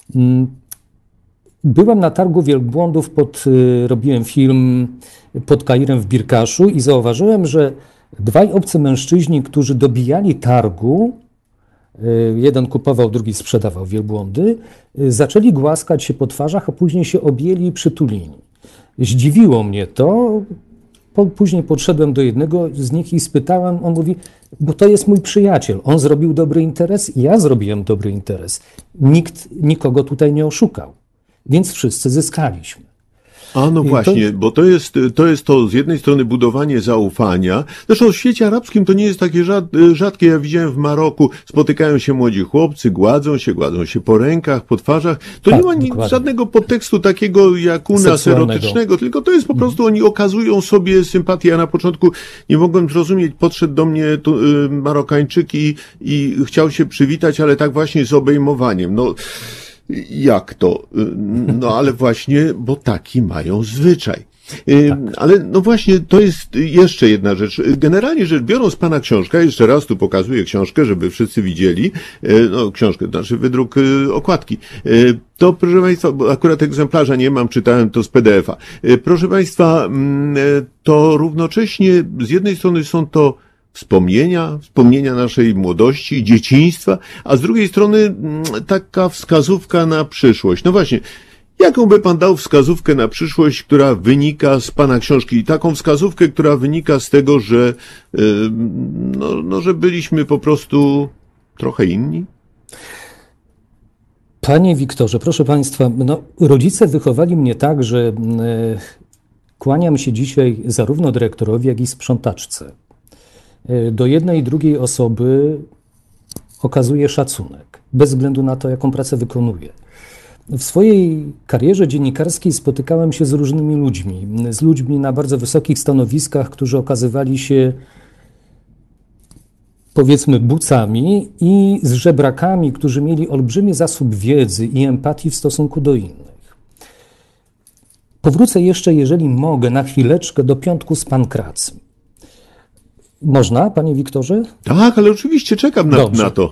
Byłem na targu wielbłądów, pod, robiłem film pod Kairem w Birkaszu i zauważyłem, że dwaj obcy mężczyźni, którzy dobijali targu, jeden kupował, drugi sprzedawał wielbłądy, zaczęli głaskać się po twarzach, a później się objęli i przytulili. Zdziwiło mnie to. Później podszedłem do jednego z nich i spytałem, on mówi, bo to jest mój przyjaciel, on zrobił dobry interes i ja zrobiłem dobry interes. Nikt nikogo tutaj nie oszukał, więc wszyscy zyskaliśmy. A no właśnie, to... bo to jest, to jest to z jednej strony budowanie zaufania. Zresztą w świecie arabskim to nie jest takie rzadkie. Ja widziałem w Maroku, spotykają się młodzi chłopcy, gładzą się, gładzą się po rękach, po twarzach. To tak, nie ma ni- żadnego podtekstu takiego jak u nas erotycznego, tylko to jest po prostu, mm. oni okazują sobie sympatię. Ja na początku nie mogłem zrozumieć, podszedł do mnie tu, y, Marokańczyk i, i chciał się przywitać, ale tak właśnie z obejmowaniem. No, jak to? No ale właśnie, bo taki mają zwyczaj. Tak. Ale no właśnie, to jest jeszcze jedna rzecz. Generalnie rzecz biorąc, pana książka, jeszcze raz tu pokazuję książkę, żeby wszyscy widzieli, no książkę, znaczy wydruk okładki. To, proszę państwa, bo akurat egzemplarza nie mam, czytałem to z P D F-a. Proszę państwa, to równocześnie z jednej strony są to wspomnienia, wspomnienia naszej młodości, dzieciństwa, a z drugiej strony taka wskazówka na przyszłość. No właśnie, jaką by pan dał wskazówkę na przyszłość, która wynika z pana książki? Taką wskazówkę, która wynika z tego, że, no, no, że byliśmy po prostu trochę inni? Panie Wiktorze, proszę państwa, no, rodzice wychowali mnie tak, że e, kłaniam się dzisiaj zarówno dyrektorowi, jak i sprzątaczce. Do jednej i drugiej osoby okazuję szacunek, bez względu na to, jaką pracę wykonuję. W swojej karierze dziennikarskiej spotykałem się z różnymi ludźmi, z ludźmi na bardzo wysokich stanowiskach, którzy okazywali się, powiedzmy, bucami, i z żebrakami, którzy mieli olbrzymi zasób wiedzy i empatii w stosunku do innych. Powrócę jeszcze, jeżeli mogę, na chwileczkę do Piątku z Pankracym. Można, panie Wiktorze? Tak, ale oczywiście czekam na, na to.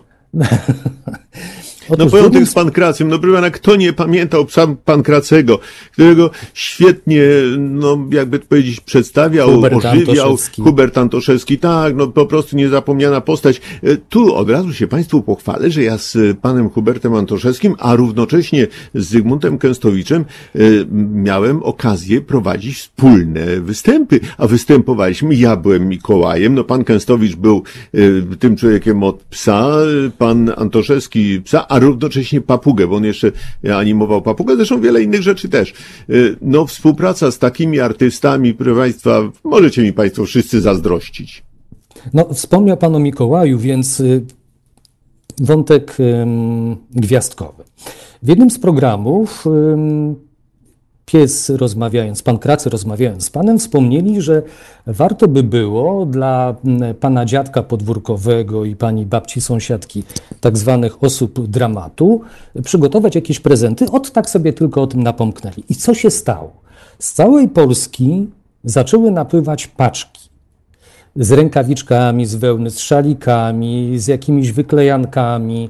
Otóż no pojątek drugim... z Pankracym, no proszę pana, kto nie pamiętał psa Pankracego, którego świetnie, no jakby to powiedzieć, przedstawiał, Hubert ożywiał. Antoszewski. Hubert Antoszewski, tak, no po prostu niezapomniana postać. Tu od razu się państwu pochwalę, że ja z panem Hubertem Antoszewskim, a równocześnie z Zygmuntem Kęstowiczem miałem okazję prowadzić wspólne występy, a występowaliśmy, ja byłem Mikołajem, no pan Kęstowicz był tym człowiekiem od psa, pan Antoszewski psa, a równocześnie papugę, bo on jeszcze animował papugę, zresztą wiele innych rzeczy też. No, współpraca z takimi artystami, proszę państwa, możecie mi państwo wszyscy zazdrościć. No, wspomniał pan o Mikołaju, więc wątek um, gwiazdkowy. W jednym z programów um, pies rozmawiając, pan Kracy rozmawiając z panem, wspomnieli, że warto by było dla pana dziadka podwórkowego i pani babci sąsiadki, tak zwanych osób dramatu, przygotować jakieś prezenty. Ot tak sobie tylko o tym napomknęli. I co się stało? Z całej Polski zaczęły napływać paczki z rękawiczkami, z wełny, z szalikami, z jakimiś wyklejankami,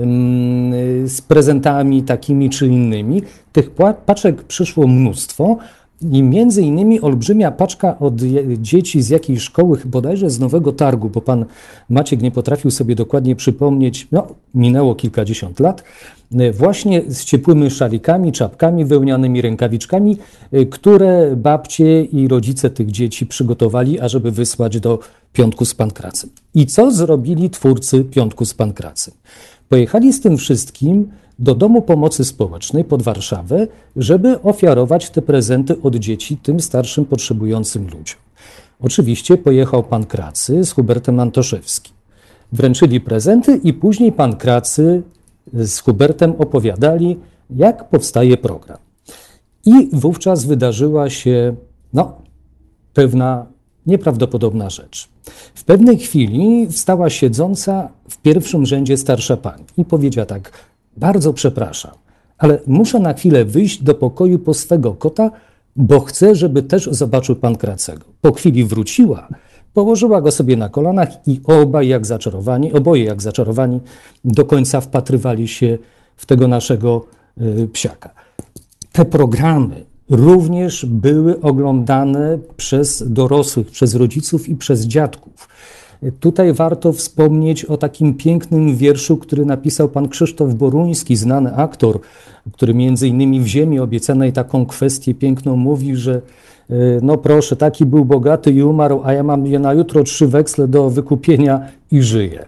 z prezentami takimi czy innymi. Tych paczek przyszło mnóstwo i między innymi olbrzymia paczka od dzieci z jakiejś szkoły, bodajże z Nowego Targu, bo pan Maciek nie potrafił sobie dokładnie przypomnieć, no minęło kilkadziesiąt lat, właśnie z ciepłymi szalikami, czapkami, wełnianymi rękawiczkami, które babcie i rodzice tych dzieci przygotowali, ażeby wysłać do Piątku z Pankracem. I co zrobili twórcy Piątku z Pankracem? Pojechali z tym wszystkim do Domu Pomocy Społecznej pod Warszawę, żeby ofiarować te prezenty od dzieci tym starszym, potrzebującym ludziom. Oczywiście pojechał pan Kracy z Hubertem Antoszewskim. Wręczyli prezenty i później pan Kracy z Hubertem opowiadali, jak powstaje program. I wówczas wydarzyła się no, pewna nieprawdopodobna rzecz. W pewnej chwili wstała siedząca w pierwszym rzędzie starsza pani i powiedziała tak: bardzo przepraszam, ale muszę na chwilę wyjść do pokoju po swego kota, bo chcę, żeby też zobaczył pan Kracego. Po chwili wróciła, położyła go sobie na kolanach i obaj jak zaczarowani, oboje jak zaczarowani do końca wpatrywali się w tego naszego y, psiaka. Te programy również były oglądane przez dorosłych, przez rodziców i przez dziadków. Tutaj warto wspomnieć o takim pięknym wierszu, który napisał pan Krzysztof Boruński, znany aktor, który między innymi w Ziemi obiecanej taką kwestię piękną mówi, że no proszę, taki był bogaty i umarł, a ja mam je na jutro trzy weksle do wykupienia i żyję.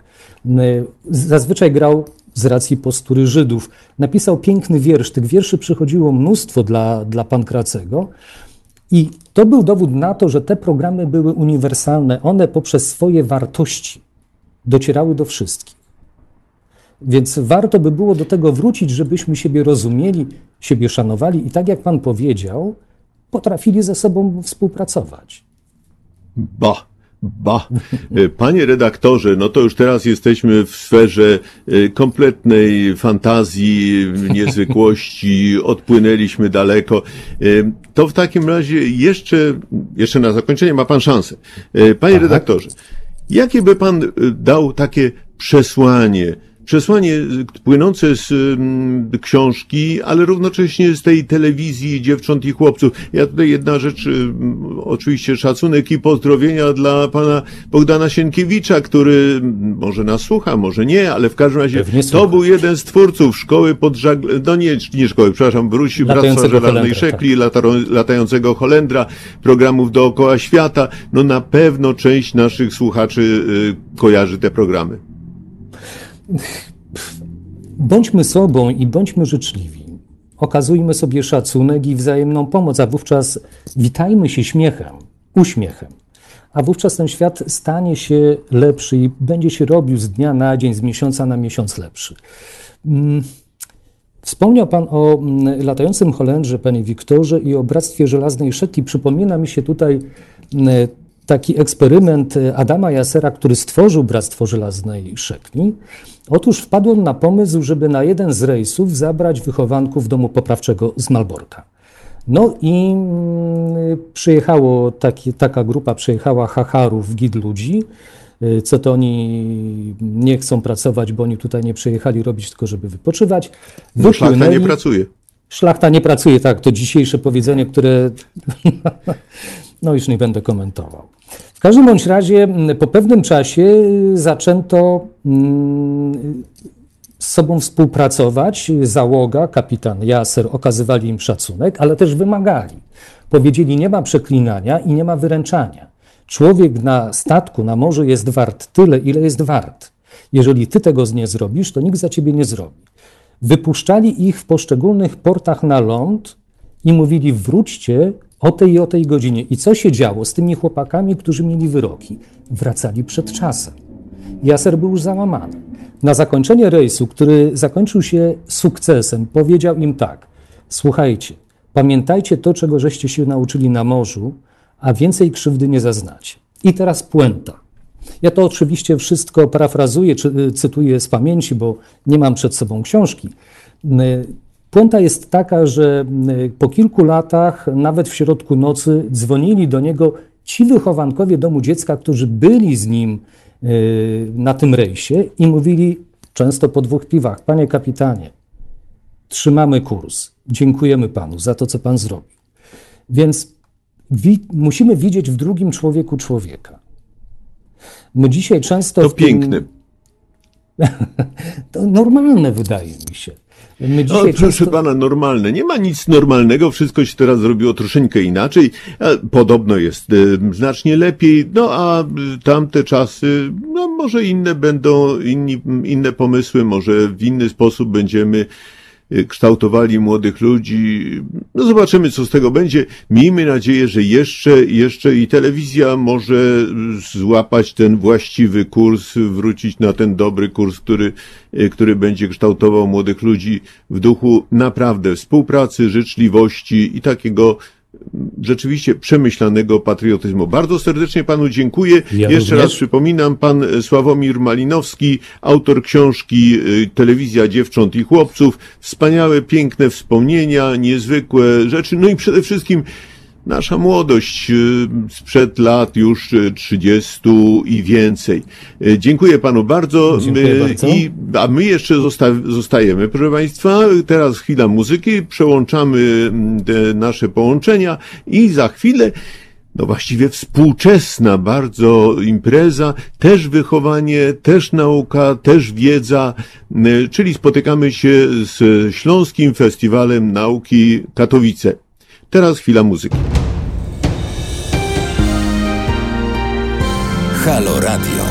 Zazwyczaj grał z racji postury Żydów. Napisał piękny wiersz. Tych wierszy przychodziło mnóstwo dla, dla Pankracego. I to był dowód na to, że te programy były uniwersalne. One poprzez swoje wartości docierały do wszystkich. Więc warto by było do tego wrócić, żebyśmy siebie rozumieli, siebie szanowali i tak jak pan powiedział, potrafili ze sobą współpracować. Ba, ba. Panie redaktorze, no to już teraz jesteśmy w sferze kompletnej fantazji, niezwykłości, odpłynęliśmy daleko. To w takim razie jeszcze, jeszcze na zakończenie ma pan szansę. Panie Aha. redaktorze, jakie by pan dał takie przesłanie, Przesłanie płynące z um, książki, ale równocześnie z tej telewizji dziewcząt i chłopców. Ja tutaj jedna rzecz, um, oczywiście szacunek i pozdrowienia dla pana Bogdana Sienkiewicza, który może nas słucha, może nie, ale w każdym razie to był jeden z twórców szkoły pod żagle, no nie, nie szkoły, przepraszam, Wróci, Bractwa Żelaznej Szekli, tak. Latającego Holendra, programów dookoła świata. No na pewno część naszych słuchaczy y, kojarzy te programy. Bądźmy sobą i bądźmy życzliwi. Okazujmy sobie szacunek i wzajemną pomoc, a wówczas witajmy się śmiechem, uśmiechem. A wówczas ten świat stanie się lepszy i będzie się robił z dnia na dzień, z miesiąca na miesiąc lepszy. Wspomniał pan o latającym Holendrze, panie Wiktorze, i o Bractwie Żelaznej Szekli. Przypomina mi się tutaj taki eksperyment Adama Jassera, który stworzył Bractwo Żelaznej Szekli. Otóż wpadł on na pomysł, żeby na jeden z rejsów zabrać wychowanków domu poprawczego z Malborka. No i przyjechało, taki, taka grupa przyjechała hacharów, gid ludzi, co to oni nie chcą pracować, bo oni tutaj nie przyjechali robić, tylko żeby wypoczywać. No, szlachta nie pracuje. Szlachta nie pracuje, tak, to dzisiejsze powiedzenie, które no już nie będę komentował. W każdym bądź razie po pewnym czasie zaczęto z sobą współpracować. Załoga, kapitan Jaser, okazywali im szacunek, ale też wymagali. Powiedzieli, nie ma przeklinania i nie ma wyręczania. Człowiek na statku, na morzu jest wart tyle, ile jest wart. Jeżeli ty tego nie zrobisz, to nikt za ciebie nie zrobi. Wypuszczali ich w poszczególnych portach na ląd i mówili, wróćcie o tej i o tej godzinie. I co się działo z tymi chłopakami, którzy mieli wyroki? Wracali przed czasem. Jaser był już załamany. Na zakończenie rejsu, który zakończył się sukcesem, powiedział im tak: słuchajcie, pamiętajcie to, czego żeście się nauczyli na morzu, a więcej krzywdy nie zaznacie. I teraz puenta. Ja to oczywiście wszystko parafrazuję, czy cytuję z pamięci, bo nie mam przed sobą książki. Puenta jest taka, że po kilku latach, nawet w środku nocy, dzwonili do niego ci wychowankowie domu dziecka, którzy byli z nim na tym rejsie i mówili często po dwóch piwach: panie kapitanie, trzymamy kurs, dziękujemy panu za to, co pan zrobił. Więc wi- musimy widzieć w drugim człowieku człowieka. My dzisiaj często... To w tym... piękne. To normalne, wydaje mi się. My No, proszę często... pana, normalne. Nie ma nic normalnego, wszystko się teraz zrobiło troszeczkę inaczej. Podobno jest e, znacznie lepiej, no a tamte czasy, no może inne będą, inni, inne pomysły, może w inny sposób będziemy kształtowali młodych ludzi. No zobaczymy, co z tego będzie. Miejmy nadzieję, że jeszcze, jeszcze i telewizja może złapać ten właściwy kurs, wrócić na ten dobry kurs, który, który będzie kształtował młodych ludzi w duchu naprawdę współpracy, życzliwości i takiego rzeczywiście przemyślanego patriotyzmu. Bardzo serdecznie panu dziękuję. Ja Jeszcze również. raz przypominam, pan Sławomir Malinowski, autor książki Telewizja dziewcząt i chłopców. Wspaniałe, piękne wspomnienia, niezwykłe rzeczy. No i przede wszystkim nasza młodość sprzed lat już trzydziestu i więcej. Dziękuję panu bardzo. Dziękuję bardzo. I, a my jeszcze zosta- zostajemy, proszę państwa. Teraz chwila muzyki, przełączamy te nasze połączenia i za chwilę no właściwie współczesna bardzo impreza, też wychowanie, też nauka, też wiedza, czyli spotykamy się z Śląskim Festiwalem Nauki Katowice. Teraz chwila muzyki. Halo Radio.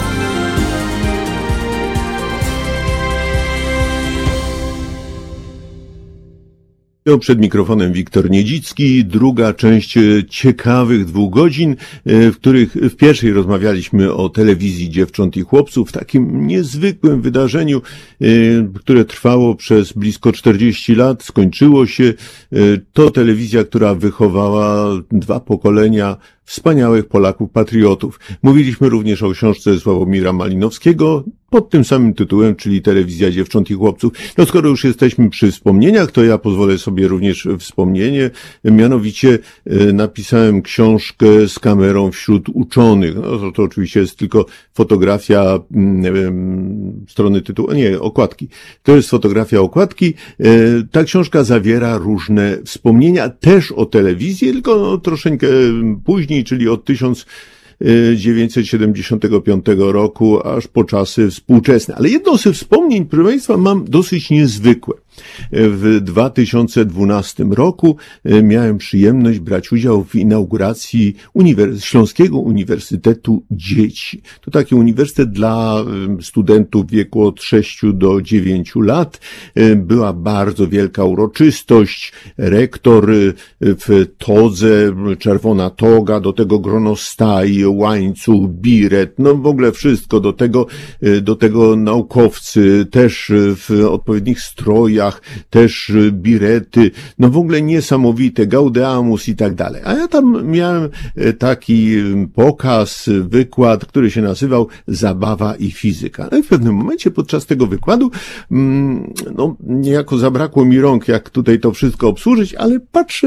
Przed mikrofonem Wiktor Niedzicki, druga część ciekawych dwóch godzin, w których w pierwszej rozmawialiśmy o telewizji dziewcząt i chłopców, takim niezwykłym wydarzeniu, które trwało przez blisko czterdzieści lat, skończyło się. To telewizja, która wychowała dwa pokolenia wspaniałych Polaków patriotów. Mówiliśmy również o książce Sławomira Malinowskiego pod tym samym tytułem, czyli Telewizja dziewcząt i chłopców. No skoro już jesteśmy przy wspomnieniach, to ja pozwolę sobie również wspomnienie. Mianowicie e, napisałem książkę Z kamerą wśród uczonych. No to, to oczywiście jest tylko fotografia m, strony tytułu, nie, okładki. To jest fotografia okładki. E, ta książka zawiera różne wspomnienia też o telewizji, tylko no, troszeczkę później, czyli od tysiąc dziewięćset siedemdziesiątego piątego roku, aż po czasy współczesne. Ale jedno ze wspomnień, proszę państwa, mam dosyć niezwykłe. W dwa tysiące dwunastym roku miałem przyjemność brać udział w inauguracji Uniwers- Śląskiego Uniwersytetu Dzieci. To taki uniwersytet dla studentów w wieku od sześciu do dziewięciu lat. Była bardzo wielka uroczystość. Rektor w todze, czerwona toga, do tego gronostaj, łańcuch, biret, no w ogóle wszystko. Do tego, do tego naukowcy też w odpowiednich strojach, też birety, no w ogóle niesamowite, Gaudeamus i tak dalej. A ja tam miałem taki pokaz, wykład, który się nazywał Zabawa i fizyka. No i w pewnym momencie podczas tego wykładu, no niejako zabrakło mi rąk, jak tutaj to wszystko obsłużyć, ale patrzę,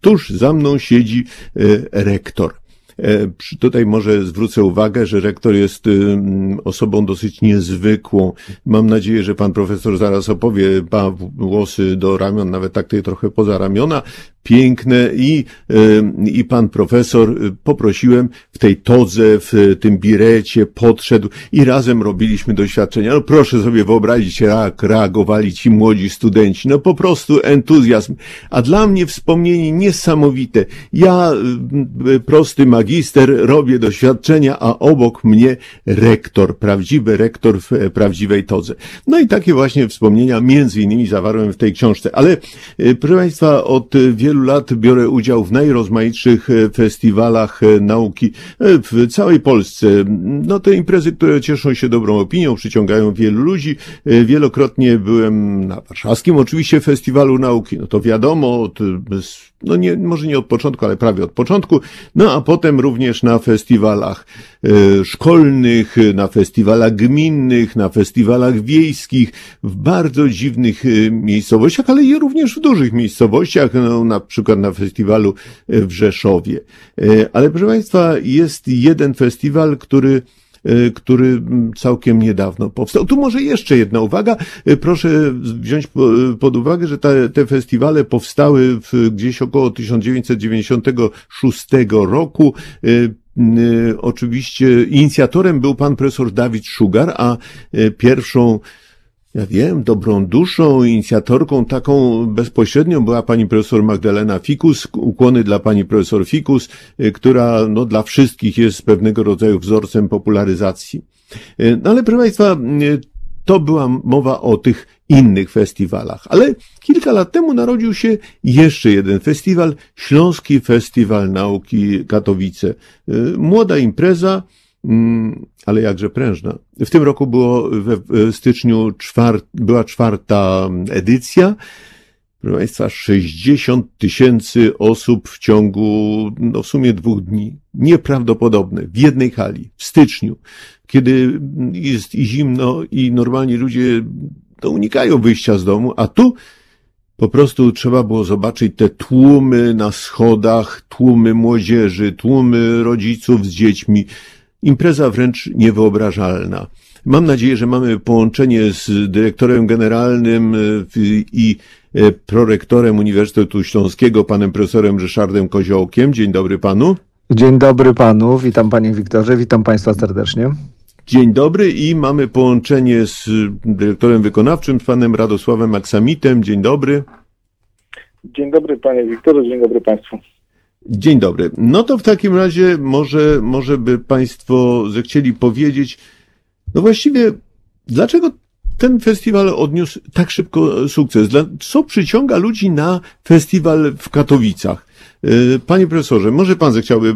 tuż za mną siedzi rektor. Tutaj może zwrócę uwagę, że rektor jest osobą dosyć niezwykłą. Mam nadzieję, że pan profesor zaraz opowie, ma włosy do ramion, nawet tak trochę poza ramiona, piękne i, i pan profesor, poprosiłem w tej todze, w tym birecie, podszedł i razem robiliśmy doświadczenia. No proszę sobie wyobrazić, jak reagowali ci młodzi studenci. No po prostu entuzjazm. A dla mnie wspomnienie niesamowite. Ja, prosty magister, robię doświadczenia, a obok mnie rektor, prawdziwy rektor w prawdziwej todze. No i takie właśnie wspomnienia między innymi zawarłem w tej książce. Ale proszę państwa, od wielu wielu lat biorę udział w najrozmaitszych festiwalach nauki w całej Polsce. No te imprezy, które cieszą się dobrą opinią, przyciągają wielu ludzi. Wielokrotnie byłem na warszawskim oczywiście Festiwalu Nauki. No to wiadomo, od, no nie, może nie od początku, ale prawie od początku. No a potem również na festiwalach szkolnych, na festiwalach gminnych, na festiwalach wiejskich, w bardzo dziwnych miejscowościach, ale i również w dużych miejscowościach, no, na przykład na festiwalu w Rzeszowie. Ale proszę państwa, jest jeden festiwal, który który całkiem niedawno powstał. Tu może jeszcze jedna uwaga. Proszę wziąć pod uwagę, że te, te festiwale powstały w, gdzieś około tysiąc dziewięćset dziewięćdziesiątego szóstego roku. Oczywiście inicjatorem był pan profesor Dawid Szugar, a pierwszą, ja wiem, dobrą duszą, inicjatorką taką bezpośrednią była pani profesor Magdalena Fikus. Ukłony dla pani profesor Fikus, która no, dla wszystkich jest pewnego rodzaju wzorcem popularyzacji. No ale proszę państwa, to była mowa o tych innych festiwalach. Ale kilka lat temu narodził się jeszcze jeden festiwal, Śląski Festiwal Nauki Katowice. Młoda impreza, ale jakże prężna. W tym roku było we styczniu czwart, była czwarta edycja. Proszę państwa, sześćdziesiąt tysięcy osób w ciągu, no w sumie dwóch dni. Nieprawdopodobne. W jednej hali, w styczniu, kiedy jest i zimno i normalni ludzie no, unikają wyjścia z domu, a tu po prostu trzeba było zobaczyć te tłumy na schodach, tłumy młodzieży, tłumy rodziców z dziećmi. Impreza wręcz niewyobrażalna. Mam nadzieję, że mamy połączenie z dyrektorem generalnym i prorektorem Uniwersytetu Śląskiego, panem profesorem Ryszardem Koziołkiem. Dzień dobry panu. Dzień dobry panu, witam panie Wiktorze, witam państwa serdecznie. Dzień dobry i mamy połączenie z dyrektorem wykonawczym, z panem Radosławem Aksamitem. Dzień dobry. Dzień dobry panie Wiktorze, dzień dobry państwu. Dzień dobry. No to w takim razie może, może by państwo zechcieli powiedzieć, no właściwie dlaczego ten festiwal odniósł tak szybko sukces? Co przyciąga ludzi na festiwal w Katowicach? Panie profesorze, może pan zechciałby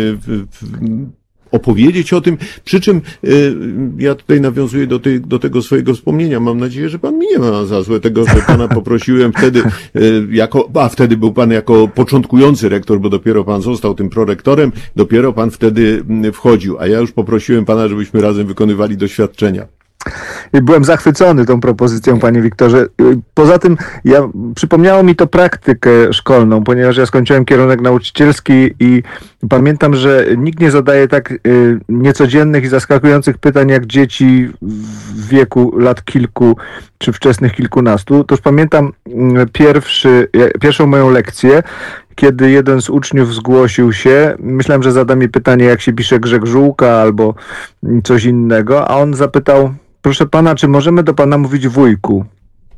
opowiedzieć o tym, przy czym ja tutaj nawiązuję do, tej, do tego swojego wspomnienia. Mam nadzieję, że pan mi nie ma za złe tego, że pana poprosiłem wtedy jako, a wtedy był pan jako początkujący rektor, bo dopiero pan został tym prorektorem, dopiero pan wtedy wchodził, a ja już poprosiłem pana, żebyśmy razem wykonywali doświadczenia. I byłem zachwycony tą propozycją, panie Wiktorze. Poza tym ja, przypomniało mi to praktykę szkolną, ponieważ ja skończyłem kierunek nauczycielski i pamiętam, że nikt nie zadaje tak y, niecodziennych i zaskakujących pytań jak dzieci w wieku lat kilku czy wczesnych kilkunastu. Toż pamiętam y, pierwszy, y, pierwszą moją lekcję, kiedy jeden z uczniów zgłosił się, myślałem, że zada mi pytanie, jak się pisze Grzeg Żółka albo coś innego, a on zapytał: proszę pana, czy możemy do pana mówić wujku?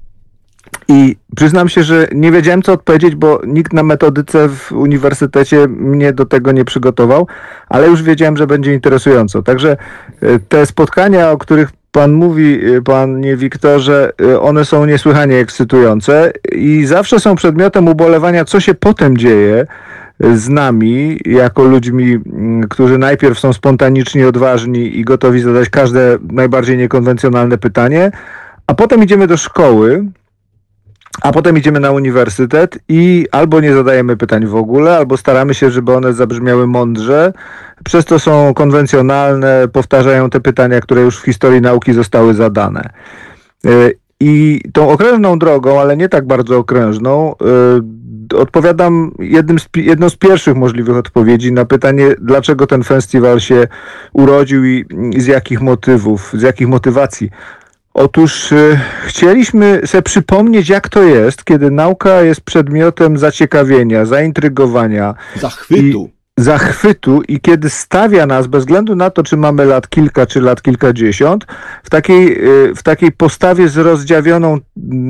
I przyznam się, że nie wiedziałem, co odpowiedzieć, bo nikt na metodyce w uniwersytecie mnie do tego nie przygotował, ale już wiedziałem, że będzie interesująco. Także te spotkania, o których pan mówi, panie Wiktorze, one są niesłychanie ekscytujące i zawsze są przedmiotem ubolewania, co się potem dzieje z nami, jako ludźmi, którzy najpierw są spontaniczni, odważni i gotowi zadać każde najbardziej niekonwencjonalne pytanie, a potem idziemy do szkoły, a potem idziemy na uniwersytet i albo nie zadajemy pytań w ogóle, albo staramy się, żeby one zabrzmiały mądrze, przez to są konwencjonalne, powtarzają te pytania, które już w historii nauki zostały zadane. I tą okrężną drogą, ale nie tak bardzo okrężną, odpowiadam jednym z, jedną z pierwszych możliwych odpowiedzi na pytanie, dlaczego ten festiwal się urodził i, i z jakich motywów, z jakich motywacji. Otóż y, chcieliśmy sobie przypomnieć, jak to jest, kiedy nauka jest przedmiotem zaciekawienia, zaintrygowania. Zachwytu. I, zachwytu i kiedy stawia nas, bez względu na to, czy mamy lat kilka, czy lat kilkadziesiąt, w takiej, w takiej postawie z rozdziawioną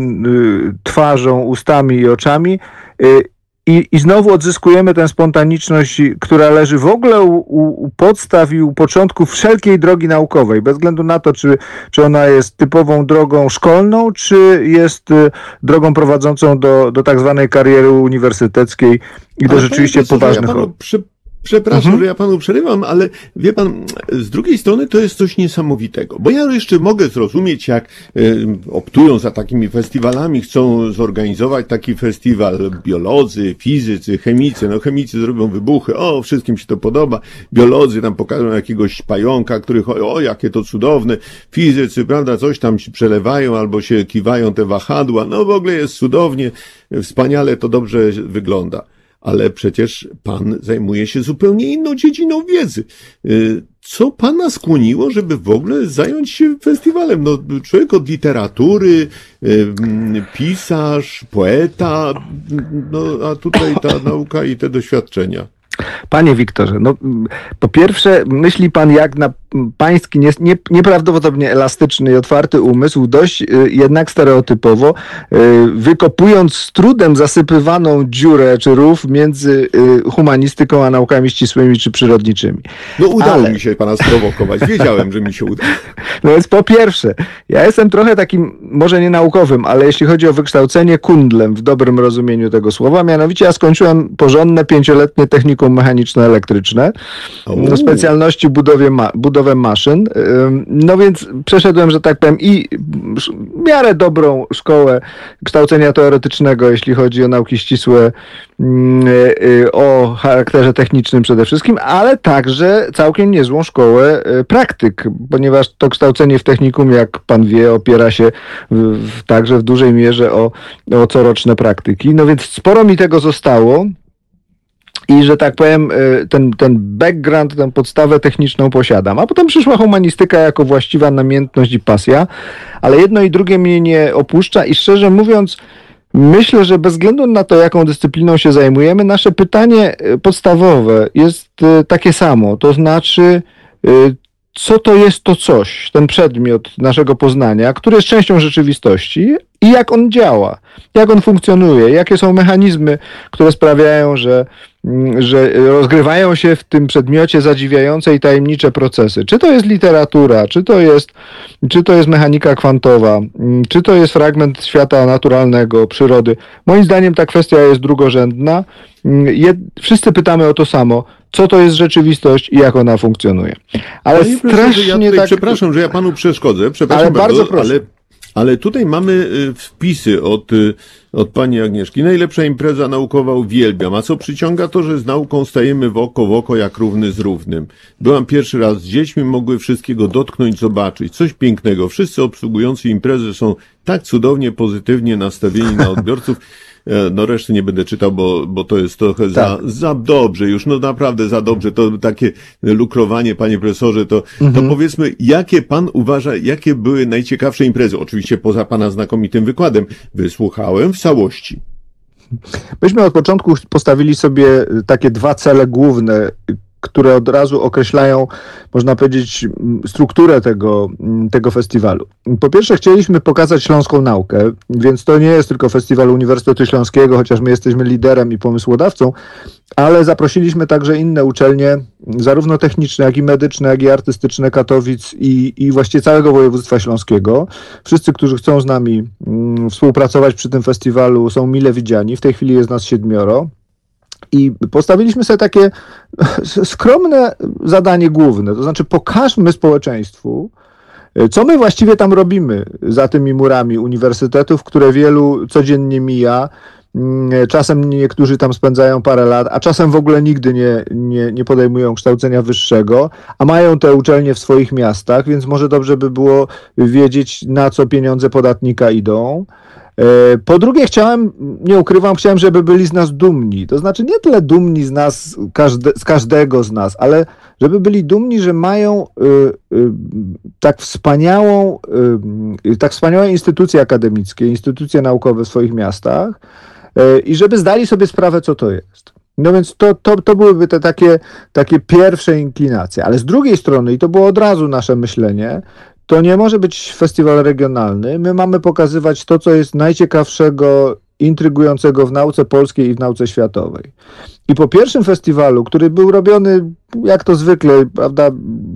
twarzą, ustami i oczami i, i znowu odzyskujemy tę spontaniczność, która leży w ogóle u, u, u podstaw i u początku wszelkiej drogi naukowej, bez względu na to, czy, czy ona jest typową drogą szkolną, czy jest drogą prowadzącą do, do tak zwanej kariery uniwersyteckiej i do ale rzeczywiście poważnych... Ja przy... Przepraszam, mhm. że ja panu przerywam, ale wie pan, z drugiej strony to jest coś niesamowitego, bo ja jeszcze mogę zrozumieć, jak y, optują za takimi festiwalami, chcą zorganizować taki festiwal biolodzy, fizycy, chemicy, no chemicy zrobią wybuchy, o, wszystkim się to podoba, biolodzy tam pokażą jakiegoś pająka, który, o, jakie to cudowne, fizycy, prawda, coś tam się przelewają albo się kiwają te wahadła, no w ogóle jest cudownie, wspaniale to dobrze wygląda. Ale przecież pan zajmuje się zupełnie inną dziedziną wiedzy. Co pana skłoniło, żeby w ogóle zająć się festiwalem? No, człowiek od literatury, pisarz, poeta, no, a tutaj ta nauka i te doświadczenia. Panie Wiktorze, no po pierwsze myśli pan jak na pański nie, nie, nieprawdopodobnie elastyczny i otwarty umysł, dość y, jednak stereotypowo, y, wykopując z trudem zasypywaną dziurę czy rów między y, humanistyką a naukami ścisłymi czy przyrodniczymi. No udało Ale... mi się pana sprowokować, wiedziałem, że mi się uda. No więc po pierwsze, ja jestem trochę takim, może nie naukowym, ale jeśli chodzi o wykształcenie kundlem w dobrym rozumieniu tego słowa, mianowicie ja skończyłem porządne pięcioletnie technikum mechaniczno-elektryczne, o. specjalności budowie, ma, budowę maszyn. No więc przeszedłem, że tak powiem, i w miarę dobrą szkołę kształcenia teoretycznego, jeśli chodzi o nauki ścisłe, o charakterze technicznym przede wszystkim, ale także całkiem niezłą szkołę praktyk, ponieważ to kształcenie w technikum, jak pan wie, opiera się w, w, także w dużej mierze o, o coroczne praktyki. No więc sporo mi tego zostało. I, że tak powiem, ten, ten background, tę podstawę techniczną posiadam. A potem przyszła humanistyka jako właściwa namiętność i pasja, ale jedno i drugie mnie nie opuszcza i szczerze mówiąc, myślę, że bez względu na to, jaką dyscypliną się zajmujemy, nasze pytanie podstawowe jest takie samo, to znaczy, co to jest to coś, ten przedmiot naszego poznania, który jest częścią rzeczywistości i jak on działa, jak on funkcjonuje, jakie są mechanizmy, które sprawiają, że, że rozgrywają się w tym przedmiocie zadziwiające i tajemnicze procesy. Czy to jest literatura, czy to jest, czy to jest mechanika kwantowa, czy to jest fragment świata naturalnego, przyrody. Moim zdaniem ta kwestia jest drugorzędna. Jed, wszyscy pytamy o to samo. Co to jest rzeczywistość i jak ona funkcjonuje. Ale Panie strasznie ja tutaj, tak... Przepraszam, że ja panu przeszkodzę. Przepraszam ale bardzo, bardzo, proszę. ale, ale tutaj mamy wpisy od, od pani Agnieszki. Najlepsza impreza naukowa, uwielbiam. A co przyciąga to, że z nauką stajemy w oko w oko jak równy z równym. Byłam pierwszy raz z dziećmi, mogły wszystkiego dotknąć, zobaczyć. Coś pięknego. Wszyscy obsługujący imprezę są tak cudownie, pozytywnie nastawieni na odbiorców. No reszty nie będę czytał, bo, bo to jest trochę za, tak. za dobrze już, no naprawdę za dobrze. To takie lukrowanie, panie profesorze, to, mhm. to powiedzmy, jakie pan uważa, jakie były najciekawsze imprezy? Oczywiście poza pana znakomitym wykładem. Wysłuchałem w całości. Myśmy od początku postawili sobie takie dwa cele główne, które od razu określają, można powiedzieć, strukturę tego, tego festiwalu. Po pierwsze, chcieliśmy pokazać śląską naukę, więc to nie jest tylko festiwal Uniwersytetu Śląskiego, chociaż my jesteśmy liderem i pomysłodawcą, ale zaprosiliśmy także inne uczelnie, zarówno techniczne, jak i medyczne, jak i artystyczne Katowic i, i właściwie całego województwa śląskiego. Wszyscy, którzy chcą z nami mm, współpracować przy tym festiwalu, są mile widziani. W tej chwili jest nas siedmioro. I postawiliśmy sobie takie skromne zadanie główne, to znaczy pokażmy społeczeństwu, co my właściwie tam robimy za tymi murami uniwersytetów, które wielu codziennie mija. Czasem niektórzy tam spędzają parę lat, a czasem w ogóle nigdy nie, nie, nie podejmują kształcenia wyższego, a mają te uczelnie w swoich miastach, więc może dobrze by było wiedzieć, na co pieniądze podatnika idą. Po drugie chciałem, nie ukrywam, chciałem, żeby byli z nas dumni. To znaczy nie tyle dumni z nas, każde, z każdego z nas, ale żeby byli dumni, że mają y, y, tak wspaniałą, y, tak wspaniałe instytucje akademickie, instytucje naukowe w swoich miastach y, i żeby zdali sobie sprawę, co to jest. No więc to, to, to byłyby te takie, takie pierwsze inklinacje. Ale z drugiej strony, i to było od razu nasze myślenie, to nie może być festiwal regionalny. My mamy pokazywać to, co jest najciekawszego, intrygującego w nauce polskiej i w nauce światowej. I po pierwszym festiwalu, który był robiony, jak to zwykle, prawda,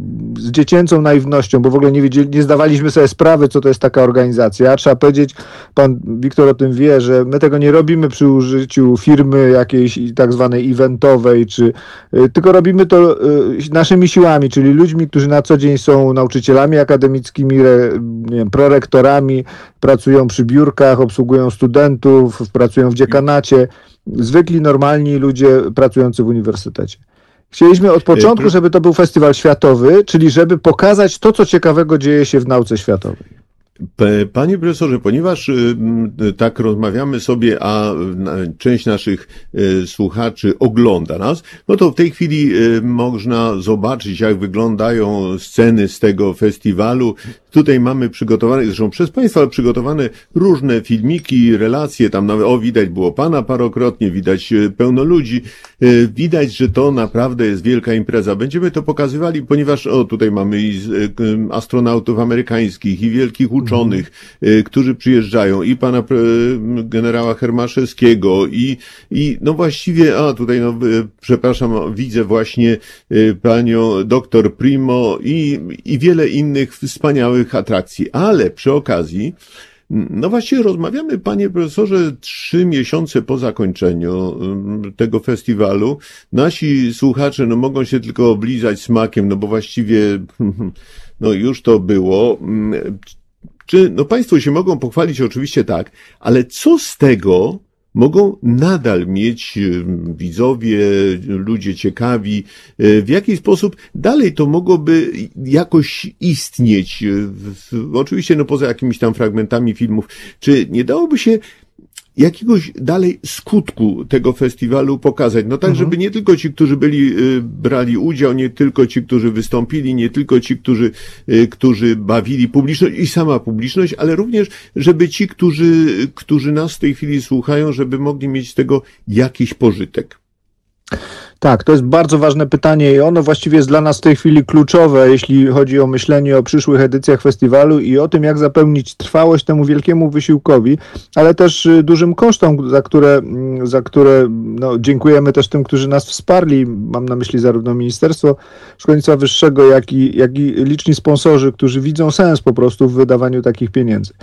z dziecięcą naiwnością, bo w ogóle nie wiedzieli, nie zdawaliśmy sobie sprawy, co to jest taka organizacja. Trzeba powiedzieć, pan Wiktor o tym wie, że my tego nie robimy przy użyciu firmy jakiejś tak zwanej eventowej, czy tylko robimy to naszymi siłami, czyli ludźmi, którzy na co dzień są nauczycielami akademickimi, nie wiem, prorektorami, pracują przy biurkach, obsługują studentów, pracują w dziekanacie. Zwykli, normalni ludzie pracujący w uniwersytecie. Chcieliśmy od początku, żeby to był festiwal światowy, czyli żeby pokazać to, co ciekawego dzieje się w nauce światowej. Panie profesorze, ponieważ tak rozmawiamy sobie, a część naszych słuchaczy ogląda nas, no to w tej chwili można zobaczyć, jak wyglądają sceny z tego festiwalu. Tutaj mamy przygotowane, zresztą przez Państwa przygotowane różne filmiki, relacje, tam nawet, o, widać było pana parokrotnie, widać pełno ludzi, widać, że to naprawdę jest wielka impreza. Będziemy to pokazywali, ponieważ, o, tutaj mamy i astronautów amerykańskich, i wielkich uczonych, mm. którzy przyjeżdżają, i pana generała Hermaszewskiego, i, i, no właściwie, a, tutaj, no, przepraszam, widzę właśnie panią doktor Primo i, i wiele innych wspaniałych atrakcji, ale przy okazji, no właściwie rozmawiamy, panie profesorze, trzy miesiące po zakończeniu tego festiwalu. Nasi słuchacze, no mogą się tylko oblizać smakiem, no bo właściwie, no już to było. Czy, no państwo się mogą pochwalić, oczywiście tak, ale co z tego mogą nadal mieć widzowie, ludzie ciekawi, w jaki sposób dalej to mogłoby jakoś istnieć, oczywiście no poza jakimiś tam fragmentami filmów, czy nie dałoby się jakiegoś dalej skutku tego festiwalu pokazać, no tak, mhm. żeby nie tylko ci, którzy byli, brali udział, nie tylko ci, którzy wystąpili, nie tylko ci, którzy, którzy bawili publiczność i sama publiczność, ale również, żeby ci, którzy, którzy nas w tej chwili słuchają, żeby mogli mieć z tego jakiś pożytek. Tak, to jest bardzo ważne pytanie i ono właściwie jest dla nas w tej chwili kluczowe, jeśli chodzi o myślenie o przyszłych edycjach festiwalu i o tym, jak zapewnić trwałość temu wielkiemu wysiłkowi, ale też dużym kosztom, za które, za które no, dziękujemy też tym, którzy nas wsparli. Mam na myśli zarówno Ministerstwo Szkolnictwa Wyższego, jak i, jak i liczni sponsorzy, którzy widzą sens po prostu w wydawaniu takich pieniędzy.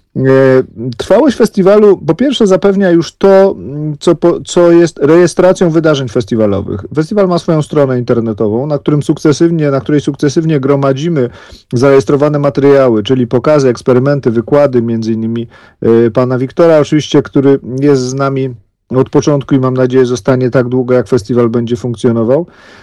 Trwałość festiwalu po pierwsze zapewnia już to, co, po, co jest rejestracją wydarzeń festiwalowych. Festiwal ma swoją stronę internetową, na którym sukcesywnie, na której sukcesywnie gromadzimy zarejestrowane materiały, czyli pokazy, eksperymenty, wykłady, między innymi pana Wiktora oczywiście, który jest z nami od początku i mam nadzieję zostanie tak długo, jak festiwal będzie funkcjonował.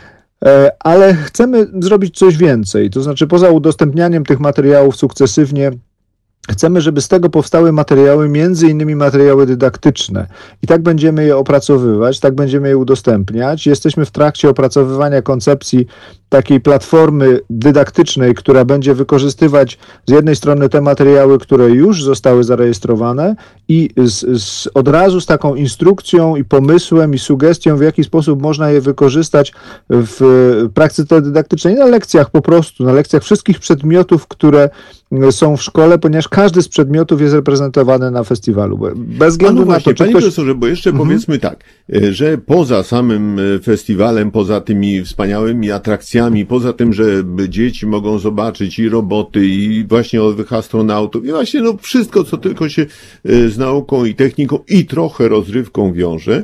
Ale chcemy zrobić coś więcej, to znaczy poza udostępnianiem tych materiałów sukcesywnie chcemy, żeby z tego powstały materiały, między innymi materiały dydaktyczne. I tak będziemy je opracowywać, tak będziemy je udostępniać. Jesteśmy w trakcie opracowywania koncepcji takiej platformy dydaktycznej, która będzie wykorzystywać z jednej strony te materiały, które już zostały zarejestrowane i z, z, od razu z taką instrukcją i pomysłem i sugestią, w jaki sposób można je wykorzystać w praktyce dydaktycznej, na lekcjach po prostu, na lekcjach wszystkich przedmiotów, które są w szkole, ponieważ każdy z przedmiotów jest reprezentowany na festiwalu. Bez względu no właśnie, na to, czy panie ktoś... profesorze, bo jeszcze mhm. powiedzmy tak, że poza samym festiwalem, poza tymi wspaniałymi atrakcjami, poza tym, że dzieci mogą zobaczyć i roboty, i właśnie owych astronautów, i właśnie no wszystko, co tylko się z nauką i techniką i trochę rozrywką wiąże,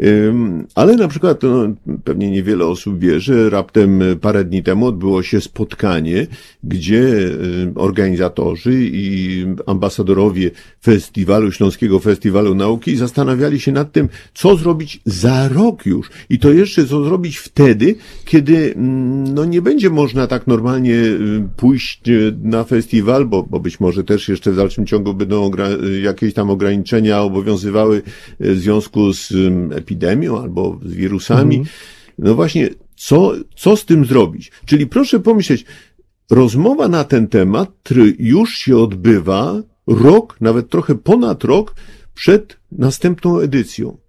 ale na przykład no, pewnie niewiele osób wie, że raptem parę dni temu odbyło się spotkanie, gdzie organizatorzy i ci ambasadorowie festiwalu, Śląskiego Festiwalu Nauki zastanawiali się nad tym, co zrobić za rok już. I to jeszcze co zrobić wtedy, kiedy no nie będzie można tak normalnie pójść na festiwal, bo, bo być może też jeszcze w dalszym ciągu będą jakieś tam ograniczenia obowiązywały w związku z epidemią albo z wirusami. Mhm. No właśnie, co, co z tym zrobić? Czyli proszę pomyśleć, rozmowa na ten temat już się odbywa rok, nawet trochę ponad rok przed następną edycją.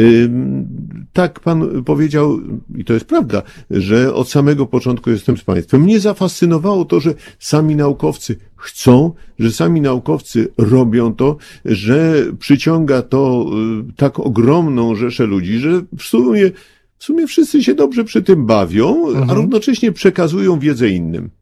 Tak pan powiedział, i to jest prawda, że od samego początku jestem z państwem. Mnie zafascynowało to, że sami naukowcy chcą, że sami naukowcy robią to, że przyciąga to tak ogromną rzeszę ludzi, że w sumie, w sumie wszyscy się dobrze przy tym bawią, mhm. a równocześnie przekazują wiedzę innym.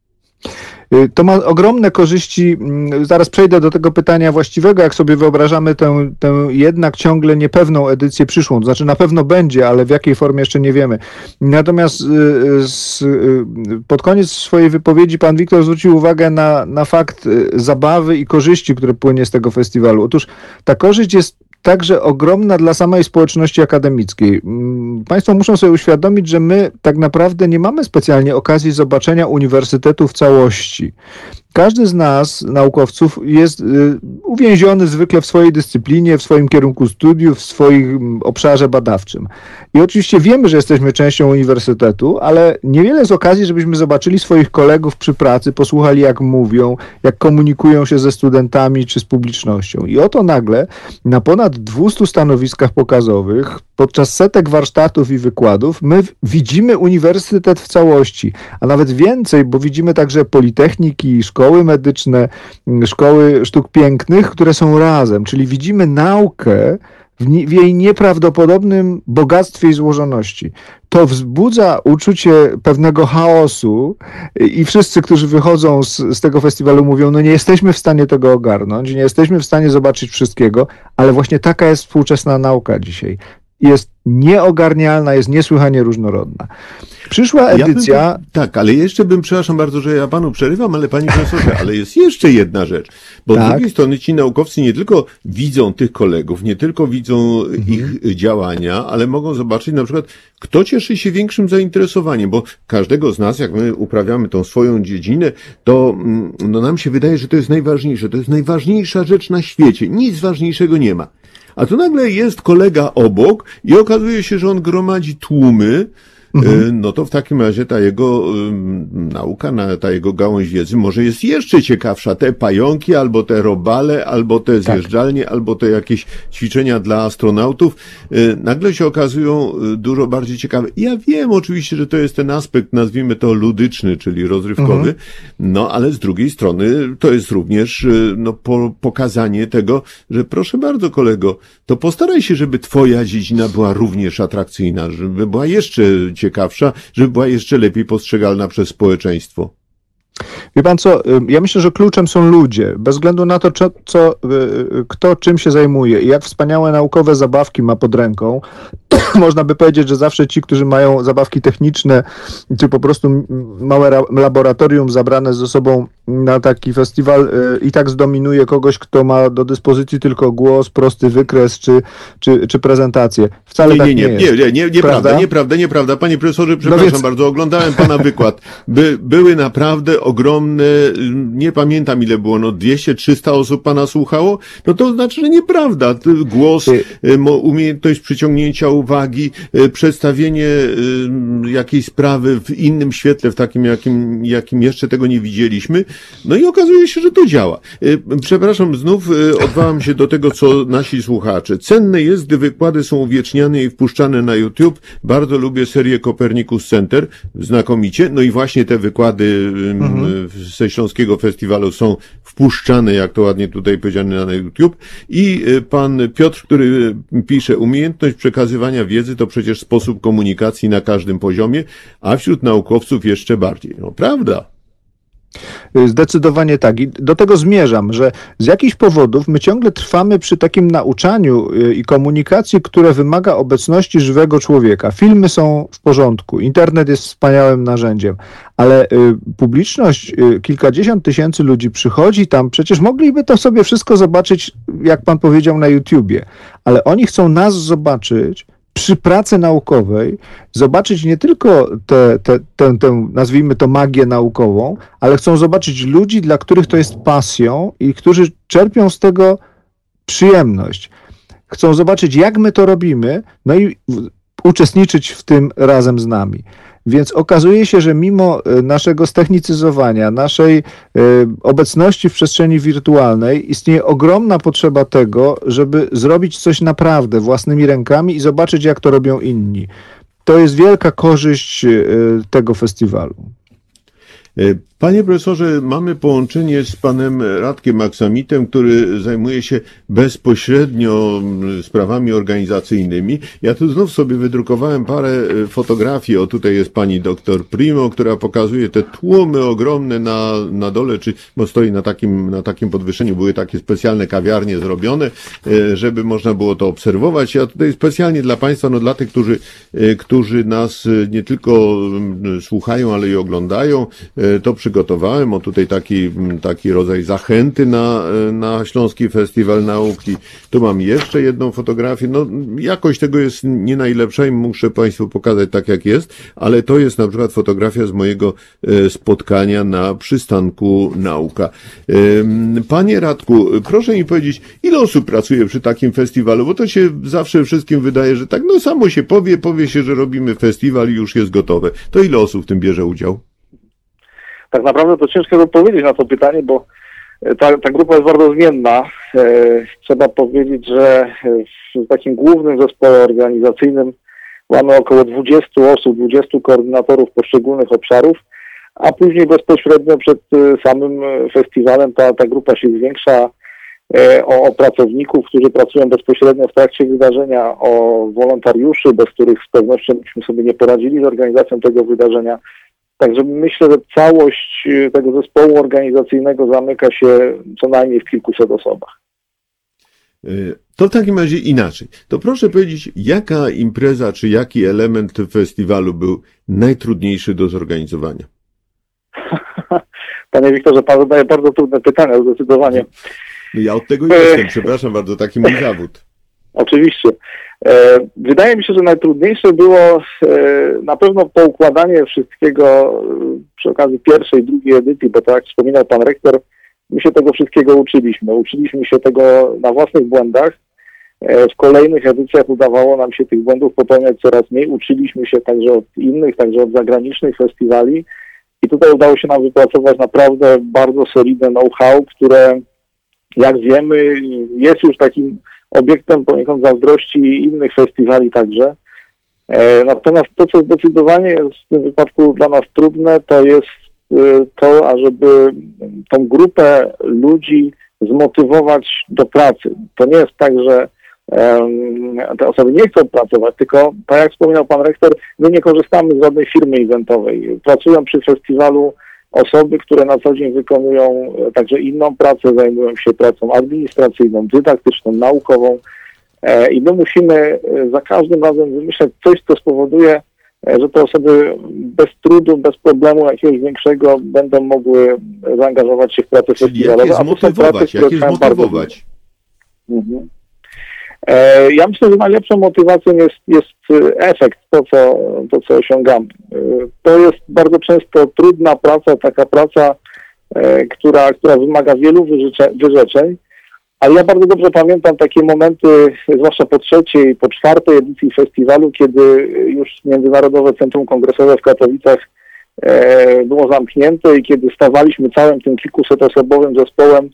To ma ogromne korzyści. Zaraz przejdę do tego pytania właściwego, jak sobie wyobrażamy tę, tę jednak ciągle niepewną edycję przyszłą. To znaczy na pewno będzie, ale w jakiej formie jeszcze nie wiemy. Natomiast z, pod koniec swojej wypowiedzi pan Wiktor zwrócił uwagę na, na fakt zabawy i korzyści, które płynie z tego festiwalu. Otóż ta korzyść jest także ogromna dla samej społeczności akademickiej. Państwo muszą sobie uświadomić, że my tak naprawdę nie mamy specjalnie okazji zobaczenia uniwersytetu w całości. Każdy z nas, naukowców, jest uwięziony zwykle w swojej dyscyplinie, w swoim kierunku studiów, w swoim obszarze badawczym. I oczywiście wiemy, że jesteśmy częścią uniwersytetu, ale niewiele jest okazji, żebyśmy zobaczyli swoich kolegów przy pracy, posłuchali jak mówią, jak komunikują się ze studentami czy z publicznością. I oto nagle na ponad dwustu stanowiskach pokazowych, podczas setek warsztatów i wykładów, my widzimy uniwersytet w całości, a nawet więcej, bo widzimy także politechniki, szkoły medyczne, szkoły sztuk pięknych, które są razem, czyli widzimy naukę w, nie, w jej nieprawdopodobnym bogactwie i złożoności. To wzbudza uczucie pewnego chaosu i wszyscy, którzy wychodzą z, z tego festiwalu, mówią, no nie jesteśmy w stanie tego ogarnąć, nie jesteśmy w stanie zobaczyć wszystkiego, ale właśnie taka jest współczesna nauka dzisiaj. Jest nieogarnialna, jest niesłychanie różnorodna. Przyszła edycja... Ja bym, tak, ale jeszcze bym, przepraszam bardzo, że ja panu przerywam, ale panie profesorze, ale jest jeszcze jedna rzecz, bo tak? z drugiej strony ci naukowcy nie tylko widzą tych kolegów, nie tylko widzą mhm. ich działania, ale mogą zobaczyć na przykład, kto cieszy się większym zainteresowaniem, bo każdego z nas, jak my uprawiamy tą swoją dziedzinę, to no, nam się wydaje, że to jest najważniejsze, to jest najważniejsza rzecz na świecie, nic ważniejszego nie ma. A tu nagle jest kolega obok i okazuje się, że on gromadzi tłumy, mhm. no to w takim razie ta jego um, nauka, ta jego gałąź wiedzy może jest jeszcze ciekawsza. Te pająki, albo te robale, albo te zjeżdżalnie, tak. albo te jakieś ćwiczenia dla astronautów, nagle się okazują dużo bardziej ciekawe. Ja wiem oczywiście, że to jest ten aspekt, nazwijmy to ludyczny, czyli rozrywkowy, mhm. no ale z drugiej strony to jest również no, po, pokazanie tego, że proszę bardzo kolego, to postaraj się, żeby twoja dziedzina była również atrakcyjna, żeby była jeszcze ciekawsza, żeby była jeszcze lepiej postrzegalna przez społeczeństwo. Wie pan co, ja myślę, że kluczem są ludzie, bez względu na to, co, co, kto czym się zajmuje i jak wspaniałe naukowe zabawki ma pod ręką. Można by powiedzieć, że zawsze ci, którzy mają zabawki techniczne, czy po prostu małe laboratorium zabrane ze sobą na taki festiwal, i tak zdominuje kogoś, kto ma do dyspozycji tylko głos, prosty wykres, czy, czy, czy prezentację. Wcale nie, tak nie, nie, nie nie jest. Nie, nie, nieprawda, nieprawda, nieprawda. Panie profesorze, przepraszam no więc... bardzo, oglądałem pana wykład. By, były naprawdę ogromne, nie pamiętam ile było, no dwieście trzysta osób pana słuchało, no to znaczy, że nieprawda. Głos, umiejętność przyciągnięcia uwagi, przedstawienie jakiejś sprawy w innym świetle, w takim, jakim, jakim jeszcze tego nie widzieliśmy, no i okazuje się, że to działa. Przepraszam, znów odwołam się do tego, co nasi słuchacze. Cenne jest, gdy wykłady są uwieczniane i wpuszczane na YouTube. Bardzo lubię serię Copernicus Center, znakomicie. No i właśnie te wykłady mhm. ze Śląskiego Festiwalu są wpuszczane, jak to ładnie tutaj powiedziane, na YouTube. I pan Piotr, który pisze, umiejętność przekazywania wiedzy to przecież sposób komunikacji na każdym poziomie, a wśród naukowców jeszcze bardziej. No prawda. Zdecydowanie tak. I do tego zmierzam, że z jakichś powodów my ciągle trwamy przy takim nauczaniu i komunikacji, które wymaga obecności żywego człowieka. Filmy są w porządku, internet jest wspaniałym narzędziem, ale publiczność, kilkadziesiąt tysięcy ludzi przychodzi tam, przecież mogliby to sobie wszystko zobaczyć, jak pan powiedział, na YouTubie, ale oni chcą nas zobaczyć przy pracy naukowej, zobaczyć nie tylko tę, te, te, te, nazwijmy to magię naukową, ale chcą zobaczyć ludzi, dla których to jest pasją i którzy czerpią z tego przyjemność. Chcą zobaczyć, jak my to robimy, no i uczestniczyć w tym razem z nami. Więc okazuje się, że mimo naszego ztechnicyzowania, naszej obecności w przestrzeni wirtualnej, istnieje ogromna potrzeba tego, żeby zrobić coś naprawdę własnymi rękami i zobaczyć, jak to robią inni. To jest wielka korzyść tego festiwalu. Panie profesorze, mamy połączenie z panem Radkiem Aksamitem, który zajmuje się bezpośrednio sprawami organizacyjnymi. Ja tu znów sobie wydrukowałem parę fotografii. O, tutaj jest pani doktor Primo, która pokazuje te tłumy ogromne na, na dole, czy, bo stoi na takim, na takim podwyższeniu. Były takie specjalne kawiarnie zrobione, żeby można było to obserwować. Ja tutaj specjalnie dla państwa, no dla tych, którzy, którzy nas nie tylko słuchają, ale i oglądają, to przygotowałem. O, tutaj taki, taki rodzaj zachęty na, na Śląski Festiwal Nauki. Tu mam jeszcze jedną fotografię. No, jakość tego jest nie najlepsza i muszę państwu pokazać tak, jak jest, ale to jest na przykład fotografia z mojego spotkania na przystanku Nauka. Panie Radku, proszę mi powiedzieć, ile osób pracuje przy takim festiwalu? Bo to się zawsze wszystkim wydaje, że tak, no samo się powie, powie się, że robimy festiwal i już jest gotowe. To ile osób w tym bierze udział? Tak naprawdę to ciężko odpowiedzieć na to pytanie, bo ta, ta grupa jest bardzo zmienna. E, trzeba powiedzieć, że w takim głównym zespole organizacyjnym mamy około dwudziestu osób, dwudziestu koordynatorów poszczególnych obszarów, a później bezpośrednio przed samym festiwalem ta, ta grupa się zwiększa e, o, o pracowników, którzy pracują bezpośrednio w trakcie wydarzenia, o wolontariuszy, bez których z pewnością byśmy sobie nie poradzili z organizacją tego wydarzenia. Także myślę, że całość tego zespołu organizacyjnego zamyka się co najmniej w kilkuset osobach. To w takim razie inaczej. To proszę powiedzieć, jaka impreza czy jaki element festiwalu był najtrudniejszy do zorganizowania? Panie Wiktorze, pan zadaje bardzo trudne pytania, zdecydowanie. Ja od tego jestem, przepraszam bardzo, taki mój zawód. Oczywiście. Wydaje mi się, że najtrudniejsze było na pewno poukładanie wszystkiego przy okazji pierwszej, drugiej edycji, bo tak jak wspominał pan rektor, my się tego wszystkiego uczyliśmy. Uczyliśmy się tego na własnych błędach. W kolejnych edycjach udawało nam się tych błędów popełniać coraz mniej. Uczyliśmy się także od innych, także od zagranicznych festiwali i tutaj udało się nam wypracować naprawdę bardzo solidne know-how, które, jak wiemy, jest już takim obiektem poniekąd zazdrości innych festiwali także. E, natomiast to, co zdecydowanie jest w tym wypadku dla nas trudne, to jest e, to, ażeby tą grupę ludzi zmotywować do pracy. To nie jest tak, że e, te osoby nie chcą pracować, tylko tak jak wspominał pan rektor, my nie korzystamy z żadnej firmy eventowej. Pracują przy festiwalu osoby, które na co dzień wykonują także inną pracę, zajmują się pracą administracyjną, dydaktyczną, naukową e, i my musimy za każdym razem wymyślać coś, co spowoduje, że te osoby bez trudu, bez problemu jakiegoś większego będą mogły zaangażować się w pracę festiwalową. Jak je zmotywować? Jak je zmotywować? Mhm. E, ja myślę, że najlepszą motywacją jest, jest efekt, to co, to co osiągamy. E, to jest bardzo często trudna praca, taka praca, e, która, która wymaga wielu wyrzecze, wyrzeczeń, ale ja bardzo dobrze pamiętam takie momenty, zwłaszcza po trzeciej, po czwartej edycji festiwalu, kiedy już Międzynarodowe Centrum Kongresowe w Katowicach e, było zamknięte i kiedy stawaliśmy całym tym kilkusetosobowym zespołem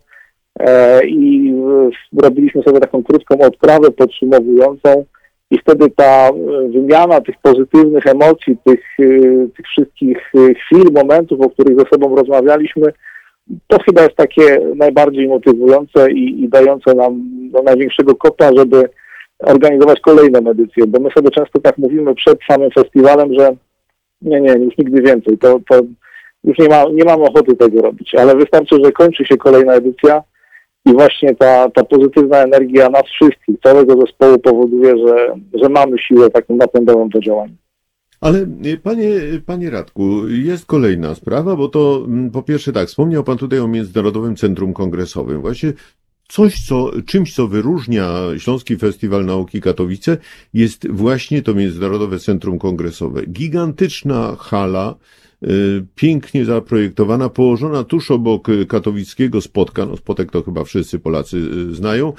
i robiliśmy sobie taką krótką odprawę podsumowującą i wtedy ta wymiana tych pozytywnych emocji, tych, tych wszystkich chwil, momentów, o których ze sobą rozmawialiśmy, to chyba jest takie najbardziej motywujące i, i dające nam do największego kota, żeby organizować kolejną edycję, bo my sobie często tak mówimy przed samym festiwalem, że nie, nie, już nigdy więcej, to, to już nie, ma, nie mam ochoty tego robić, ale wystarczy, że kończy się kolejna edycja i właśnie ta, ta pozytywna energia nas wszystkich, całego zespołu powoduje, że, że mamy siłę taką napędową do działania. Ale panie, panie Radku, jest kolejna sprawa, bo to po pierwsze tak, wspomniał pan tutaj o Międzynarodowym Centrum Kongresowym. Właśnie coś, co, czymś, co wyróżnia Śląski Festiwal Nauki Katowice, jest właśnie to Międzynarodowe Centrum Kongresowe. Gigantyczna hala, pięknie zaprojektowana, położona tuż obok katowickiego Spotka, no Spotek to chyba wszyscy Polacy znają,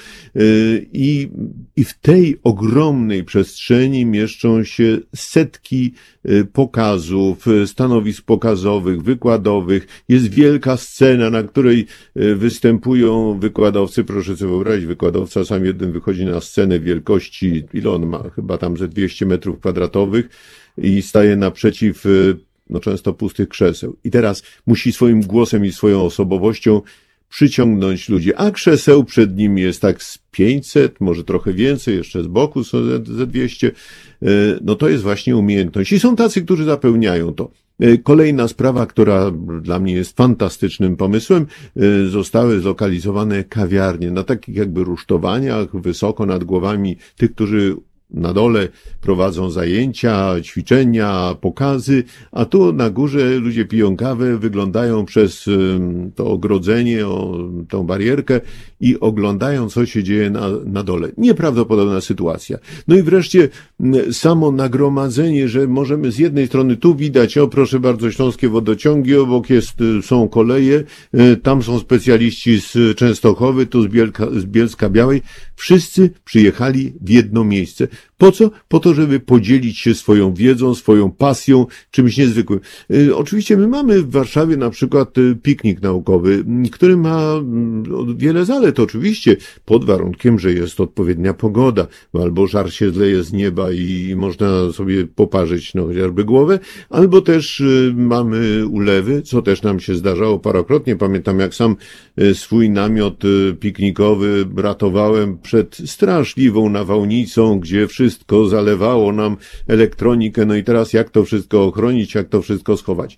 i, i w tej ogromnej przestrzeni mieszczą się setki pokazów, stanowisk pokazowych, wykładowych, jest wielka scena, na której występują wykładowcy, proszę sobie wyobrazić, wykładowca sam jeden wychodzi na scenę wielkości, ile on ma, chyba tam ze dwieście metrów kwadratowych i staje naprzeciw no często pustych krzeseł. I teraz musi swoim głosem i swoją osobowością przyciągnąć ludzi, a krzeseł przed nim jest tak z pięćset, może trochę więcej, jeszcze z boku są ze dwieście. No to jest właśnie umiejętność. I są tacy, którzy zapełniają to. Kolejna sprawa, która dla mnie jest fantastycznym pomysłem, zostały zlokalizowane kawiarnie na takich jakby rusztowaniach, wysoko nad głowami tych, którzy na dole prowadzą zajęcia, ćwiczenia, pokazy, a tu na górze ludzie piją kawę, wyglądają przez to ogrodzenie, o, tą barierkę i oglądają, co się dzieje na, na dole. Nieprawdopodobna sytuacja. No i wreszcie samo nagromadzenie, że możemy z jednej strony tu widać, o proszę bardzo, śląskie wodociągi, obok jest, są koleje, tam są specjaliści z Częstochowy, tu z, Bielka, z Bielska Białej. Wszyscy przyjechali w jedno miejsce. Po co? Po to, żeby podzielić się swoją wiedzą, swoją pasją, czymś niezwykłym. Y, oczywiście my mamy w Warszawie na przykład y, piknik naukowy, który ma y, wiele zalet oczywiście, pod warunkiem, że jest odpowiednia pogoda, albo żar się zleje z nieba i można sobie poparzyć no, chociażby głowę, albo też y, mamy ulewy, co też nam się zdarzało parokrotnie. Pamiętam, jak sam y, swój namiot y, piknikowy ratowałem przed straszliwą nawałnicą, gdzie wszystko zalewało nam elektronikę, no i teraz jak to wszystko ochronić, jak to wszystko schować.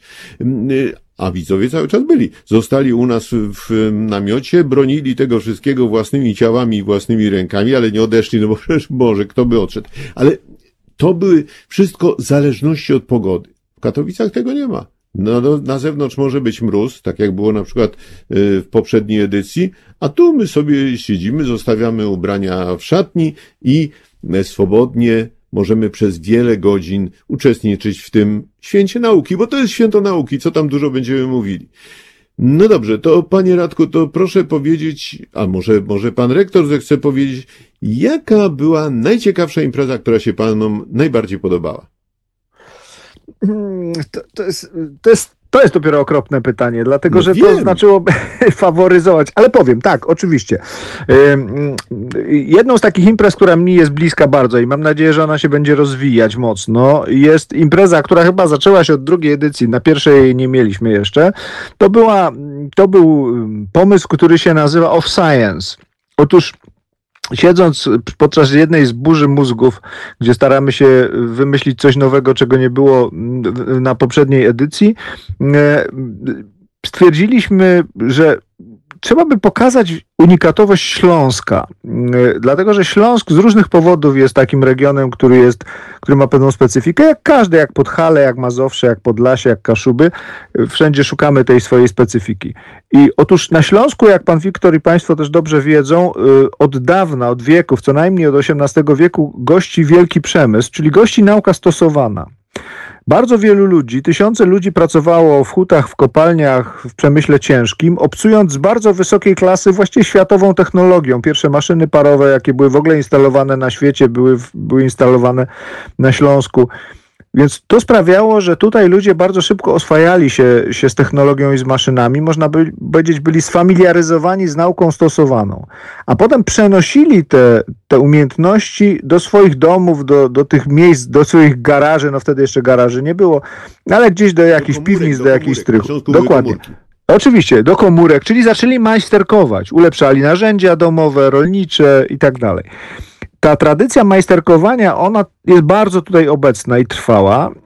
A widzowie cały czas byli. Zostali u nas w namiocie, bronili tego wszystkiego własnymi ciałami i własnymi rękami, ale nie odeszli, no bo przecież Boże, kto by odszedł. Ale to były wszystko zależności od pogody. W Katowicach tego nie ma. No, no, na zewnątrz może być mróz, tak jak było na przykład w poprzedniej edycji, a tu my sobie siedzimy, zostawiamy ubrania w szatni i swobodnie możemy przez wiele godzin uczestniczyć w tym święcie nauki, bo to jest święto nauki, co tam dużo będziemy mówili. No dobrze, to panie Radku, to proszę powiedzieć, a może, może pan rektor zechce powiedzieć, jaka była najciekawsza impreza, która się panom najbardziej podobała? To, to, jest, to, jest, to jest dopiero okropne pytanie, dlatego no że wiem. To znaczyłoby faworyzować, ale powiem, tak, oczywiście. Jedną z takich imprez, która mi jest bliska bardzo i mam nadzieję, że ona się będzie rozwijać mocno, jest impreza, która chyba zaczęła się od drugiej edycji, na pierwszej nie mieliśmy jeszcze. To była, to był pomysł, który się nazywa Of Science. Otóż siedząc podczas jednej z burzy mózgów, gdzie staramy się wymyślić coś nowego, czego nie było na poprzedniej edycji, stwierdziliśmy, że trzeba by pokazać unikatowość Śląska, dlatego że Śląsk z różnych powodów jest takim regionem, który jest, który ma pewną specyfikę, jak każdy, jak Podhale, jak Mazowsze, jak Podlasie, jak Kaszuby, wszędzie szukamy tej swojej specyfiki. I otóż na Śląsku, jak pan Wiktor i państwo też dobrze wiedzą, od dawna, od wieków, co najmniej od osiemnastego wieku gości wielki przemysł, czyli gości nauka stosowana. Bardzo wielu ludzi, tysiące ludzi pracowało w hutach, w kopalniach, w przemyśle ciężkim, obcując z bardzo wysokiej klasy właściwie światową technologią. Pierwsze maszyny parowe, jakie były w ogóle instalowane na świecie, były, były instalowane na Śląsku. Więc to sprawiało, że tutaj ludzie bardzo szybko oswajali się, się z technologią i z maszynami, można by powiedzieć, byli sfamiliaryzowani z nauką stosowaną. A potem przenosili te, te umiejętności do swoich domów, do, do tych miejsc, do swoich garaży, no wtedy jeszcze garaży nie było, ale gdzieś do jakichś do komórek, piwnic, do, do jakichś strychów. Dokładnie. Oczywiście, do komórek, czyli zaczęli majsterkować, ulepszali narzędzia domowe, rolnicze i tak dalej. Ta tradycja majsterkowania, ona jest bardzo tutaj obecna i trwała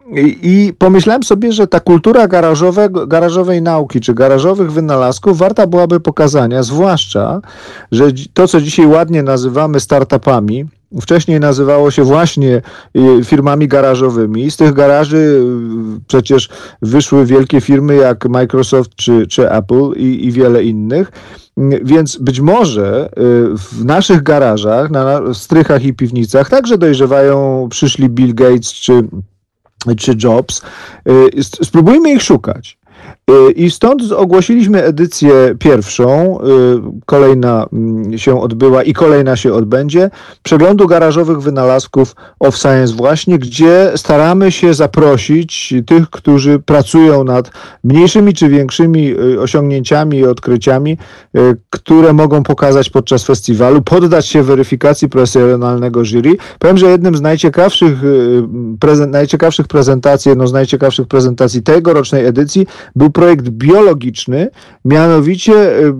I, I pomyślałem sobie, że ta kultura garażowego, garażowej nauki czy garażowych wynalazków warta byłaby pokazania, zwłaszcza, że to, co dzisiaj ładnie nazywamy startupami, wcześniej nazywało się właśnie firmami garażowymi. Z tych garaży przecież wyszły wielkie firmy jak Microsoft czy, czy Apple i, i wiele innych. Więc być może w naszych garażach, na strychach i piwnicach także dojrzewają przyszli Bill Gates czy, czy Jobs. Spróbujmy ich szukać. I stąd ogłosiliśmy edycję pierwszą, kolejna się odbyła i kolejna się odbędzie, przeglądu garażowych wynalazków of Science właśnie, gdzie staramy się zaprosić tych, którzy pracują nad mniejszymi czy większymi osiągnięciami i odkryciami, które mogą pokazać podczas festiwalu, poddać się weryfikacji profesjonalnego jury. Powiem, że jednym z najciekawszych, prezent, najciekawszych prezentacji, jedną z najciekawszych prezentacji tegorocznej edycji był projekt biologiczny, mianowicie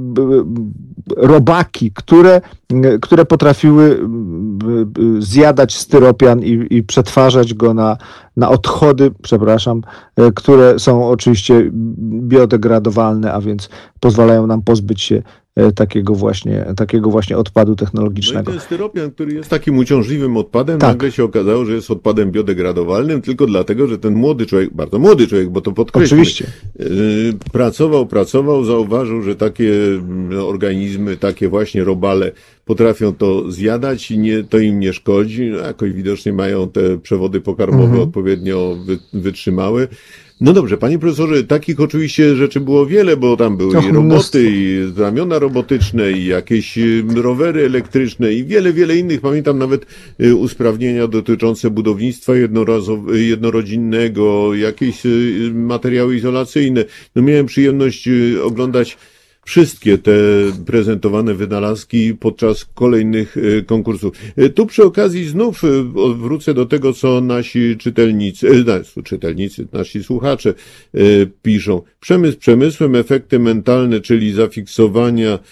robaki, które, które potrafiły zjadać styropian i, i przetwarzać go na, na odchody, przepraszam, które są oczywiście biodegradowalne, a więc pozwalają nam pozbyć się takiego właśnie, takiego właśnie odpadu technologicznego. No i ten styropian, który jest takim uciążliwym odpadem, tak. nagle się okazało, że jest odpadem biodegradowalnym, tylko dlatego, że ten młody człowiek, bardzo młody człowiek, bo to podkreślmy, oczywiście. pracował, pracował, zauważył, że takie organizmy, takie właśnie robale potrafią to zjadać i nie, to im nie szkodzi. Jakoś widocznie mają te przewody pokarmowe mhm. odpowiednio wy, wytrzymałe. No dobrze, panie profesorze, takich oczywiście rzeczy było wiele, bo tam były i roboty, i ramiona robotyczne, i jakieś rowery elektryczne, i wiele, wiele innych. Pamiętam nawet usprawnienia dotyczące budownictwa jednorodzinnego, jakieś materiały izolacyjne. No miałem przyjemność oglądać wszystkie te prezentowane wynalazki podczas kolejnych konkursów. Tu przy okazji znów wrócę do tego, co nasi czytelnicy, e, czytelnicy, nasi słuchacze e, piszą. Przemysł przemysłem, efekty mentalne, czyli zafiksowania, e,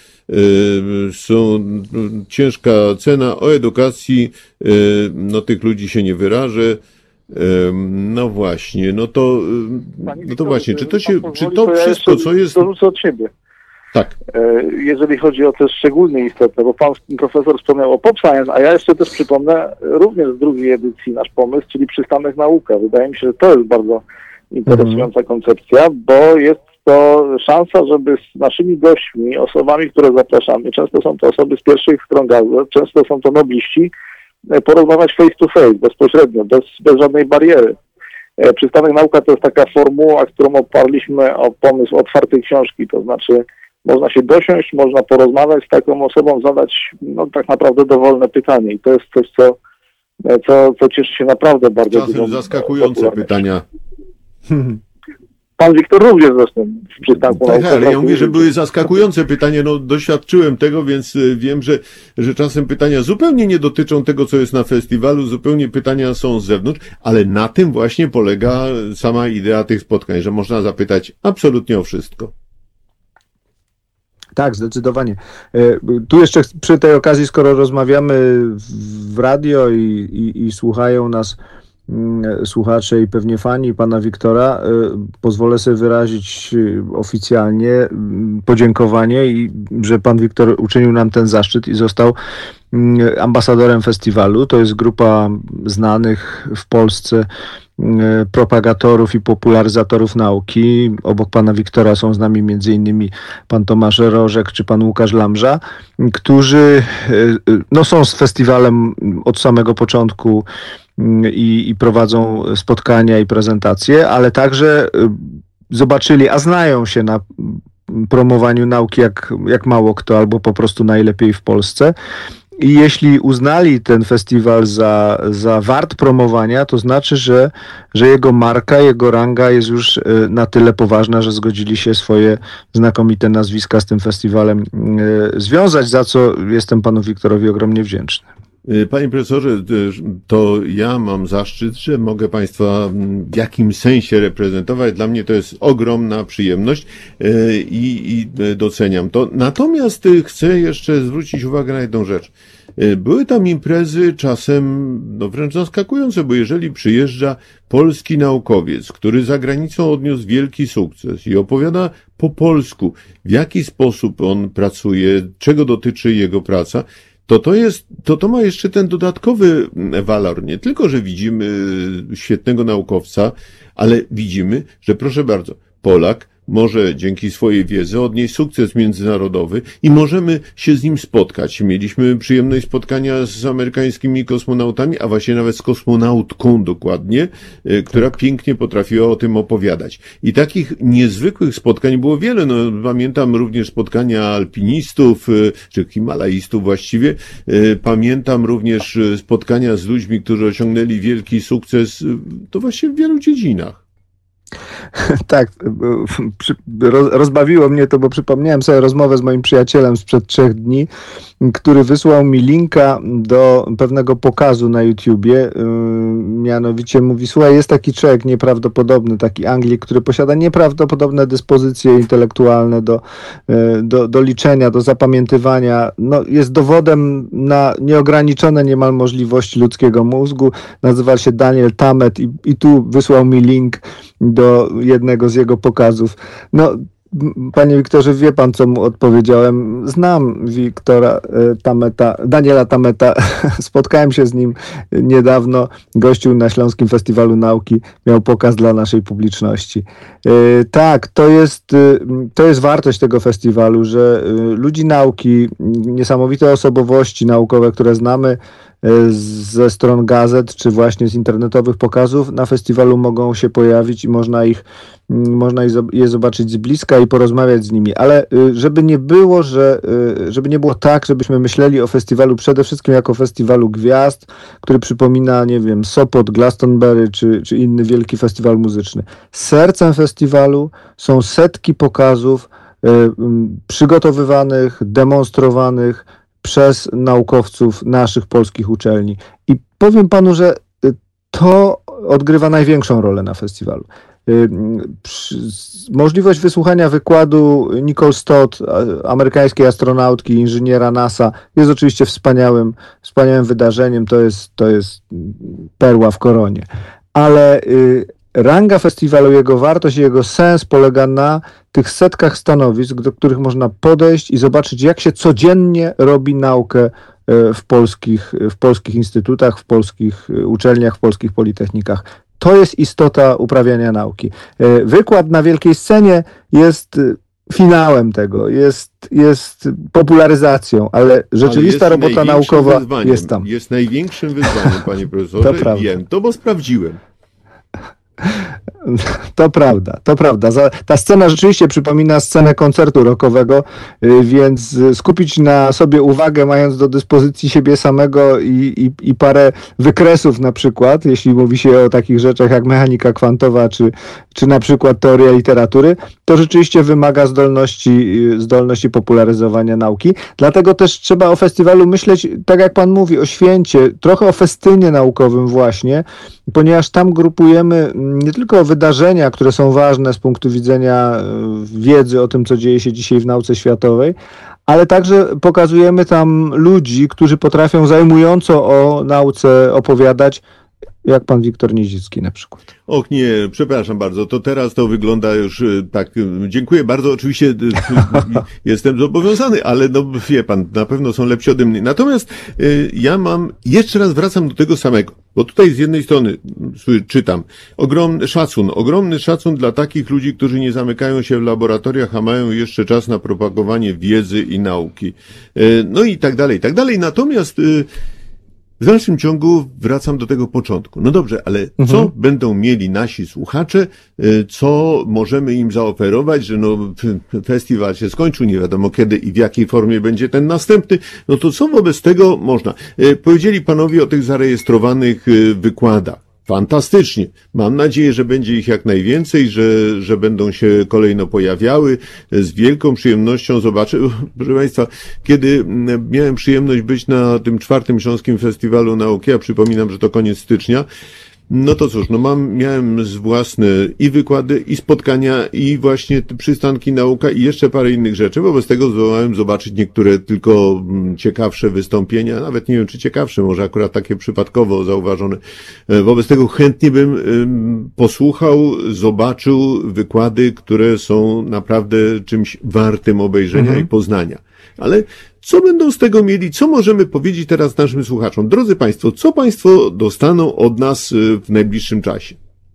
są ciężka cena. O edukacji, e, no tych ludzi się nie wyrażę. No właśnie, no to, no to właśnie, czy to się, czy to wszystko, co jest... Dorzucę od siebie. Tak. Jeżeli chodzi o te szczególnie istotne, bo pan profesor wspomniał o Pop Science, a ja jeszcze też przypomnę również z drugiej edycji nasz pomysł, czyli Przystanek Nauka. Wydaje mi się, że to jest bardzo interesująca koncepcja, bo jest to szansa, żeby z naszymi gośćmi, osobami, które zapraszamy, często są to osoby z pierwszych stron gazet, często są to nobliści, porozmawiać face to face, bezpośrednio, bez, bez żadnej bariery. Przystanek Nauka to jest taka formuła, którą oparliśmy o pomysł otwartej książki, to znaczy można się dosiąść, można porozmawiać z taką osobą, zadać no, tak naprawdę dowolne pytanie i to jest coś, co, co, co cieszy się naprawdę bardzo dużo. Czasem zaskakujące pytania. Pan Wiktor również zresztą w Przystanku Tak, ale ja mówię, że były zaskakujące pytania, no doświadczyłem tego, więc wiem, że, że czasem pytania zupełnie nie dotyczą tego, co jest na festiwalu, zupełnie pytania są z zewnątrz, ale na tym właśnie polega sama idea tych spotkań, że można zapytać absolutnie o wszystko. Tak, zdecydowanie. Tu jeszcze przy tej okazji, skoro rozmawiamy w radio i, i, i słuchają nas słuchacze i pewnie fani pana Wiktora, pozwolę sobie wyrazić oficjalnie podziękowanie i że pan Wiktor uczynił nam ten zaszczyt i został ambasadorem festiwalu. To jest grupa znanych w Polsce propagatorów i popularyzatorów nauki. Obok pana Wiktora są z nami między innymi pan Tomasz Rożek czy pan Łukasz Lamża, którzy no, są z festiwalem od samego początku i, i prowadzą spotkania i prezentacje, ale także zobaczyli, a znają się na promowaniu nauki jak, jak mało kto, albo po prostu najlepiej w Polsce. I jeśli uznali ten festiwal za, za wart promowania, to znaczy, że, że jego marka, jego ranga jest już na tyle poważna, że zgodzili się swoje znakomite nazwiska z tym festiwalem związać, za co jestem panu Wiktorowi ogromnie wdzięczny. Panie profesorze, to ja mam zaszczyt, że mogę państwa w jakimś sensie reprezentować. Dla mnie to jest ogromna przyjemność i, i doceniam to. Natomiast chcę jeszcze zwrócić uwagę na jedną rzecz. Były tam imprezy czasem no wręcz zaskakujące, bo jeżeli przyjeżdża polski naukowiec, który za granicą odniósł wielki sukces i opowiada po polsku, w jaki sposób on pracuje, czego dotyczy jego praca, to to jest, to to ma jeszcze ten dodatkowy walor. Nie tylko, że widzimy świetnego naukowca, ale widzimy, że proszę bardzo, Polak może dzięki swojej wiedzy odnieść sukces międzynarodowy i możemy się z nim spotkać. Mieliśmy przyjemność spotkania z amerykańskimi kosmonautami, a właśnie nawet z kosmonautką dokładnie, która pięknie potrafiła o tym opowiadać. I takich niezwykłych spotkań było wiele. No, pamiętam również spotkania alpinistów, czy himalaistów właściwie. Pamiętam również spotkania z ludźmi, którzy osiągnęli wielki sukces, to właśnie w wielu dziedzinach. Tak, rozbawiło mnie to, bo przypomniałem sobie rozmowę z moim przyjacielem sprzed trzech dni, który wysłał mi linka do pewnego pokazu na YouTubie. Mianowicie mówi, słuchaj, jest taki człowiek nieprawdopodobny, taki Anglik, który posiada nieprawdopodobne dyspozycje intelektualne do, do, do liczenia, do zapamiętywania. No, jest dowodem na nieograniczone niemal możliwości ludzkiego mózgu. Nazywa się Daniel Tammet i, i tu wysłał mi link do jednego z jego pokazów. No, panie Wiktorze, wie pan, co mu odpowiedziałem? Znam Wiktora Tammeta, Daniela Tammeta. Spotkałem się z nim niedawno. Gościł na Śląskim Festiwalu Nauki. Miał pokaz dla naszej publiczności. Tak, to jest, to jest wartość tego festiwalu, że ludzi nauki, niesamowite osobowości naukowe, które znamy ze stron gazet, czy właśnie z internetowych pokazów, na festiwalu mogą się pojawić i można ich, można je zobaczyć z bliska i porozmawiać z nimi. Ale żeby nie było, że, żeby nie było tak, żebyśmy myśleli o festiwalu przede wszystkim jako festiwalu gwiazd, który przypomina, nie wiem, Sopot, Glastonbury, czy, czy inny wielki festiwal muzyczny. Sercem festiwalu są setki pokazów y, y, przygotowywanych, demonstrowanych przez naukowców naszych polskich uczelni. I powiem panu, że to odgrywa największą rolę na festiwalu. Możliwość wysłuchania wykładu Nicole Stott, amerykańskiej astronautki, inżyniera NASA, jest oczywiście wspaniałym, wspaniałym wydarzeniem. To jest, to jest perła w koronie. Ale ranga festiwalu, jego wartość i jego sens polega na tych setkach stanowisk, do których można podejść i zobaczyć, jak się codziennie robi naukę w polskich, w polskich instytutach, w polskich uczelniach, w polskich politechnikach. To jest istota uprawiania nauki. Wykład na wielkiej scenie jest finałem tego, jest, jest popularyzacją, ale rzeczywista ale robota naukowa wyzwaniem. Jest tam. Jest największym wyzwaniem, panie profesorze. To wiem to, bo sprawdziłem. To prawda, to prawda. Ta scena rzeczywiście przypomina scenę koncertu rockowego, więc skupić na sobie uwagę, mając do dyspozycji siebie samego i, i, i parę wykresów na przykład, jeśli mówi się o takich rzeczach jak mechanika kwantowa, czy, czy na przykład teoria literatury, to rzeczywiście wymaga zdolności, zdolności popularyzowania nauki. Dlatego też trzeba o festiwalu myśleć, tak jak pan mówi, o święcie, trochę o festynie naukowym właśnie, ponieważ tam grupujemy nie tylko wydarzenia, które są ważne z punktu widzenia wiedzy o tym, co dzieje się dzisiaj w nauce światowej, ale także pokazujemy tam ludzi, którzy potrafią zajmująco o nauce opowiadać, jak pan Wiktor Niedzicki na przykład. Och nie, przepraszam bardzo, to teraz to wygląda już tak, dziękuję bardzo, oczywiście jestem zobowiązany, ale no wie pan, na pewno są lepsi ode mnie. Natomiast y, ja mam, jeszcze raz wracam do tego samego, bo tutaj z jednej strony czytam, ogromny szacun, ogromny szacun dla takich ludzi, którzy nie zamykają się w laboratoriach, a mają jeszcze czas na propagowanie wiedzy i nauki. Y, no i tak dalej, i tak dalej. Natomiast y, w dalszym ciągu wracam do tego początku. No dobrze, ale mhm. co będą mieli nasi słuchacze, co możemy im zaoferować, że no festiwal się skończył, nie wiadomo kiedy i w jakiej formie będzie ten następny, no to co wobec tego można? Powiedzieli panowie o tych zarejestrowanych wykładach. Fantastycznie. Mam nadzieję, że będzie ich jak najwięcej, że, że będą się kolejno pojawiały. Z wielką przyjemnością zobaczę. Proszę państwa, kiedy miałem przyjemność być na tym czwartym Śląskim Festiwalu Nauki, a przypominam, że to koniec stycznia, No to cóż, no mam, miałem z własne i wykłady, i spotkania, i właśnie przystanki nauka, i jeszcze parę innych rzeczy. Wobec tego zdołałem zobaczyć niektóre tylko ciekawsze wystąpienia, nawet nie wiem, czy ciekawsze, może akurat takie przypadkowo zauważone. Wobec tego chętnie bym posłuchał, zobaczył wykłady, które są naprawdę czymś wartym obejrzenia mhm. i poznania. Ale co będą z tego mieli? Co możemy powiedzieć teraz naszym słuchaczom? Drodzy Państwo, co Państwo dostaną od nas w najbliższym czasie?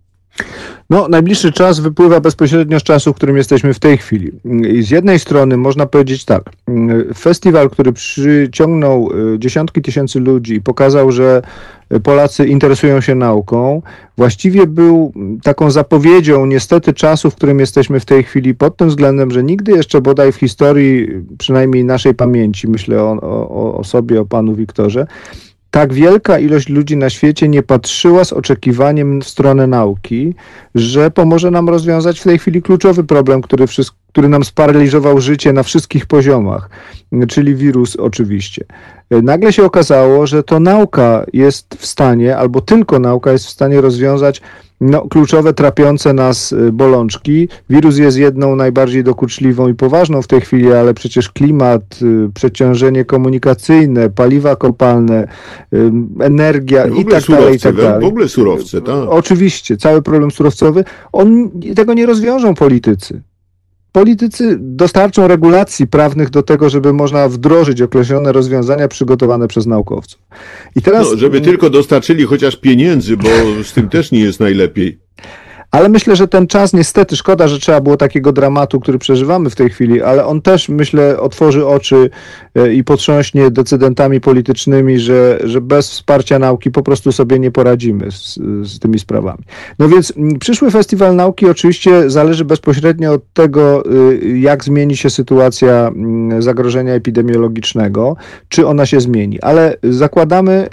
No, najbliższy czas wypływa bezpośrednio z czasu, w którym jesteśmy w tej chwili. I z jednej strony można powiedzieć tak, festiwal, który przyciągnął dziesiątki tysięcy ludzi i pokazał, że Polacy interesują się nauką, właściwie był taką zapowiedzią niestety czasu, w którym jesteśmy w tej chwili pod tym względem, że nigdy jeszcze bodaj w historii, przynajmniej naszej pamięci, myślę o, o, o sobie, o panu Wiktorze, tak wielka ilość ludzi na świecie nie patrzyła z oczekiwaniem w stronę nauki, że pomoże nam rozwiązać w tej chwili kluczowy problem, który, wszystko, który nam sparaliżował życie na wszystkich poziomach, czyli wirus oczywiście. Nagle się okazało, że to nauka jest w stanie, albo tylko nauka jest w stanie rozwiązać no, kluczowe, trapiące nas bolączki. Wirus jest jedną najbardziej dokuczliwą i poważną w tej chwili, ale przecież klimat, przeciążenie komunikacyjne, paliwa kopalne, energia i tak dalej, i tak dalej. W ogóle surowce, tak? Oczywiście, cały problem surowcowy, on, tego nie rozwiążą politycy. Politycy dostarczą regulacji prawnych do tego, żeby można wdrożyć określone rozwiązania przygotowane przez naukowców. I teraz... No, żeby tylko dostarczyli chociaż pieniędzy, bo z tym też nie jest najlepiej. Ale myślę, że ten czas, niestety, szkoda, że trzeba było takiego dramatu, który przeżywamy w tej chwili, ale on też, myślę, otworzy oczy i potrząśnie decydentami politycznymi, że, że bez wsparcia nauki po prostu sobie nie poradzimy z, z tymi sprawami. No więc przyszły Festiwal Nauki oczywiście zależy bezpośrednio od tego, jak zmieni się sytuacja zagrożenia epidemiologicznego, czy ona się zmieni. Ale zakładamy,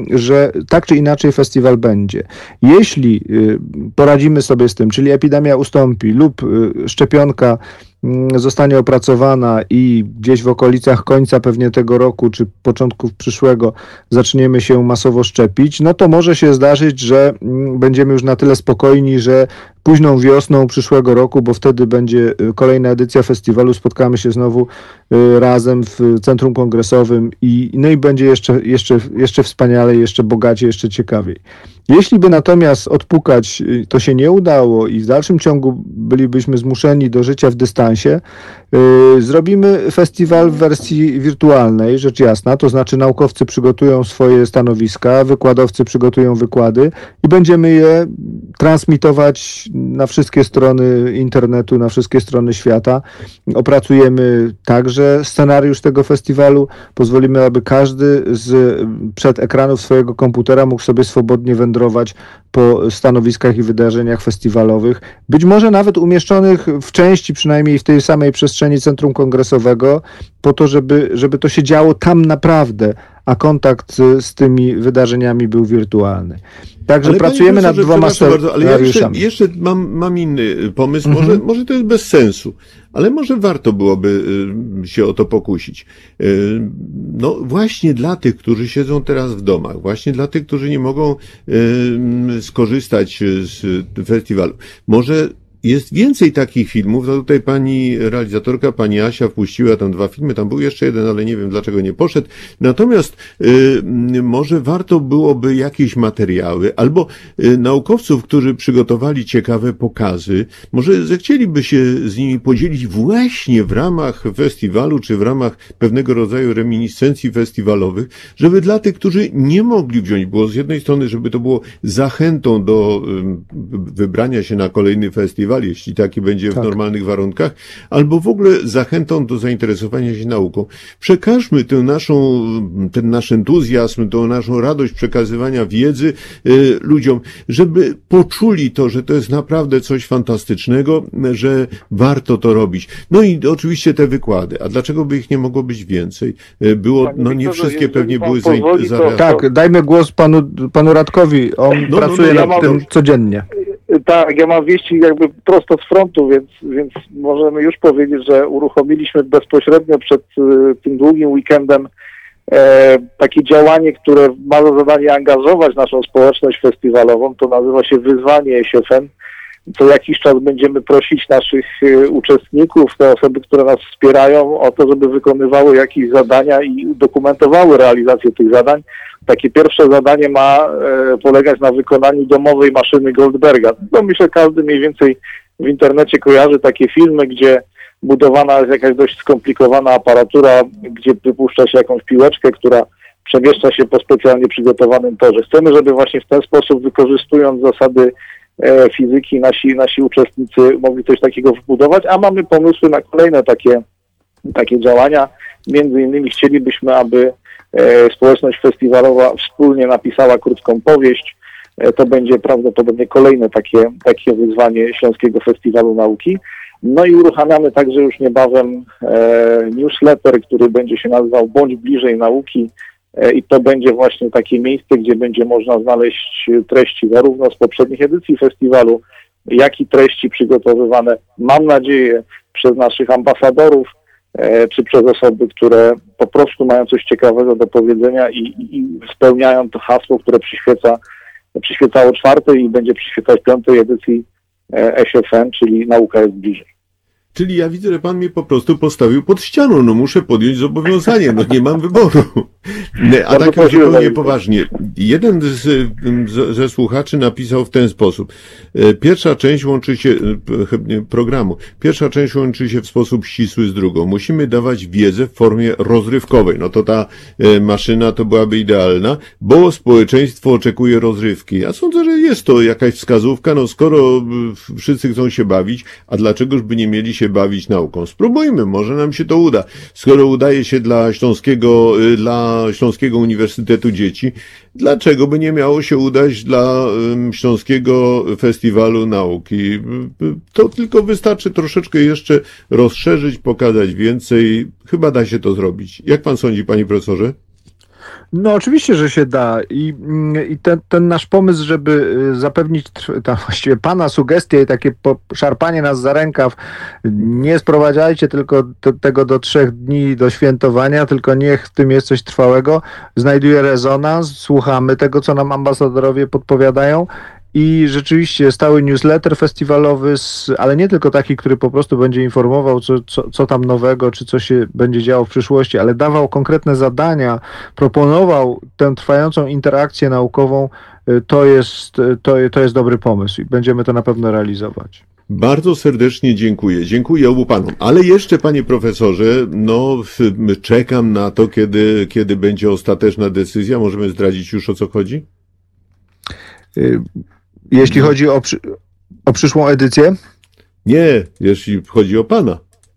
że tak czy inaczej festiwal będzie. Jeśli poradzimy sobie z tym, czyli epidemia ustąpi lub szczepionka zostanie opracowana i gdzieś w okolicach końca pewnie tego roku, czy początków przyszłego zaczniemy się masowo szczepić, no to może się zdarzyć, że będziemy już na tyle spokojni, że późną wiosną przyszłego roku, bo wtedy będzie kolejna edycja festiwalu, spotkamy się znowu razem w Centrum Kongresowym i, no i będzie jeszcze, jeszcze, jeszcze wspaniale, jeszcze bogaciej, jeszcze ciekawiej. Jeśli by natomiast odpukać to się nie udało i w dalszym ciągu bylibyśmy zmuszeni do życia w dystansie, yy, zrobimy festiwal w wersji wirtualnej, rzecz jasna, to znaczy naukowcy przygotują swoje stanowiska, wykładowcy przygotują wykłady i będziemy je transmitować na wszystkie strony internetu, na wszystkie strony świata. Opracujemy także scenariusz tego festiwalu, pozwolimy, aby każdy z przed ekranów swojego komputera mógł sobie swobodnie wędrować po stanowiskach i wydarzeniach festiwalowych, być może nawet umieszczonych w części, przynajmniej w tej samej przestrzeni Centrum Kongresowego, po to, żeby, żeby to się działo tam naprawdę, a kontakt z tymi wydarzeniami był wirtualny. Także ale pracujemy nad dwoma scenariuszami. Ale ja jeszcze, jeszcze mam, mam inny pomysł, mhm. może, może to jest bez sensu, ale może warto byłoby się o to pokusić. No właśnie dla tych, którzy siedzą teraz w domach, właśnie dla tych, którzy nie mogą skorzystać z festiwalu. Może jest więcej takich filmów, no tutaj pani realizatorka, pani Asia wpuściła tam dwa filmy, tam był jeszcze jeden, ale nie wiem dlaczego nie poszedł. Natomiast y, może warto byłoby jakieś materiały, albo y, naukowców, którzy przygotowali ciekawe pokazy, może zechcieliby się z nimi podzielić właśnie w ramach festiwalu, czy w ramach pewnego rodzaju reminiscencji festiwalowych, żeby dla tych, którzy nie mogli wziąć, było z jednej strony, żeby to było zachętą do y, wybrania się na kolejny festiwal, jeśli taki będzie w tak. normalnych warunkach, albo w ogóle zachętą do zainteresowania się nauką. Przekażmy tę naszą, ten nasz entuzjazm, tę naszą radość przekazywania wiedzy y, ludziom, żeby poczuli to, że to jest naprawdę coś fantastycznego, że warto to robić. No i oczywiście te wykłady. A dlaczego by ich nie mogło być więcej? Było, no nie wszystkie pewnie były zainteresowane. Tak, dajmy głos panu, panu Radkowi. On no, pracuje no, no, nad ja tym mam... codziennie. Tak, ja mam wieści jakby prosto z frontu, więc, więc możemy już powiedzieć, że uruchomiliśmy bezpośrednio przed y, tym długim weekendem e, takie działanie, które ma za zadanie angażować naszą społeczność festiwalową, to nazywa się Wyzwanie S F N. Co jakiś czas będziemy prosić naszych e, uczestników, te osoby, które nas wspierają, o to, żeby wykonywały jakieś zadania i dokumentowały realizację tych zadań. Takie pierwsze zadanie ma e, polegać na wykonaniu domowej maszyny Goldberga. No myślę, każdy mniej więcej w internecie kojarzy takie filmy, gdzie budowana jest jakaś dość skomplikowana aparatura, gdzie wypuszcza się jakąś piłeczkę, która przemieszcza się po specjalnie przygotowanym torze. Chcemy, żeby właśnie w ten sposób, wykorzystując zasady e, fizyki, nasi, nasi uczestnicy mogli coś takiego wbudować, a mamy pomysły na kolejne takie, takie działania. Między innymi chcielibyśmy, aby e, społeczność festiwalowa wspólnie napisała krótką powieść. E, to będzie prawdopodobnie kolejne takie, takie wyzwanie Śląskiego Festiwalu Nauki. No i uruchamiamy także już niebawem e, newsletter, który będzie się nazywał Bądź bliżej nauki e, i to będzie właśnie takie miejsce, gdzie będzie można znaleźć treści zarówno z poprzednich edycji festiwalu, jak i treści przygotowywane, mam nadzieję, przez naszych ambasadorów, e, czy przez osoby, które po prostu mają coś ciekawego do powiedzenia i, i spełniają to hasło, które przyświeca, przyświecało czwartej i będzie przyświecać piątej edycji S F N, czyli nauka jest bliżej. Czyli ja widzę, że pan mnie po prostu postawił pod ścianą. No muszę podjąć zobowiązanie, no nie mam wyboru. A tak już zupełnie poważnie. Jeden z, z, ze słuchaczy napisał w ten sposób. Pierwsza część łączy się, programu, pierwsza część łączy się w sposób ścisły z drugą. Musimy dawać wiedzę w formie rozrywkowej. No to ta maszyna to byłaby idealna, bo społeczeństwo oczekuje rozrywki. Ja sądzę, że jest to jakaś wskazówka, no skoro wszyscy chcą się bawić, a dlaczegoż by nie mieli się bawić nauką? Spróbujmy, może nam się to uda. Skoro udaje się dla Śląskiego, dla Śląskiego Uniwersytetu Dzieci, dlaczego by nie miało się udać dla Śląskiego Festiwalu Nauki? To tylko wystarczy troszeczkę jeszcze rozszerzyć, pokazać więcej. Chyba da się to zrobić. Jak pan sądzi, panie profesorze? No oczywiście, że się da i, i ten, ten nasz pomysł, żeby zapewnić ta, właściwie pana sugestie i takie szarpanie nas za rękaw, nie sprowadzajcie tylko do, tego do trzech dni do świętowania, tylko niech w tym jest coś trwałego, znajduje rezonans, słuchamy tego, co nam ambasadorowie podpowiadają. I rzeczywiście stały newsletter festiwalowy, ale nie tylko taki, który po prostu będzie informował, co, co, co tam nowego, czy co się będzie działo w przyszłości, ale dawał konkretne zadania, proponował tę trwającą interakcję naukową, to jest, to, to jest dobry pomysł i będziemy to na pewno realizować. Bardzo serdecznie dziękuję. Dziękuję obu panom. Ale jeszcze, panie profesorze, no czekam na to, kiedy, kiedy będzie ostateczna decyzja. Możemy zdradzić już, o co chodzi? Jeśli chodzi o, przy, o przyszłą edycję? Nie, jeśli chodzi o pana.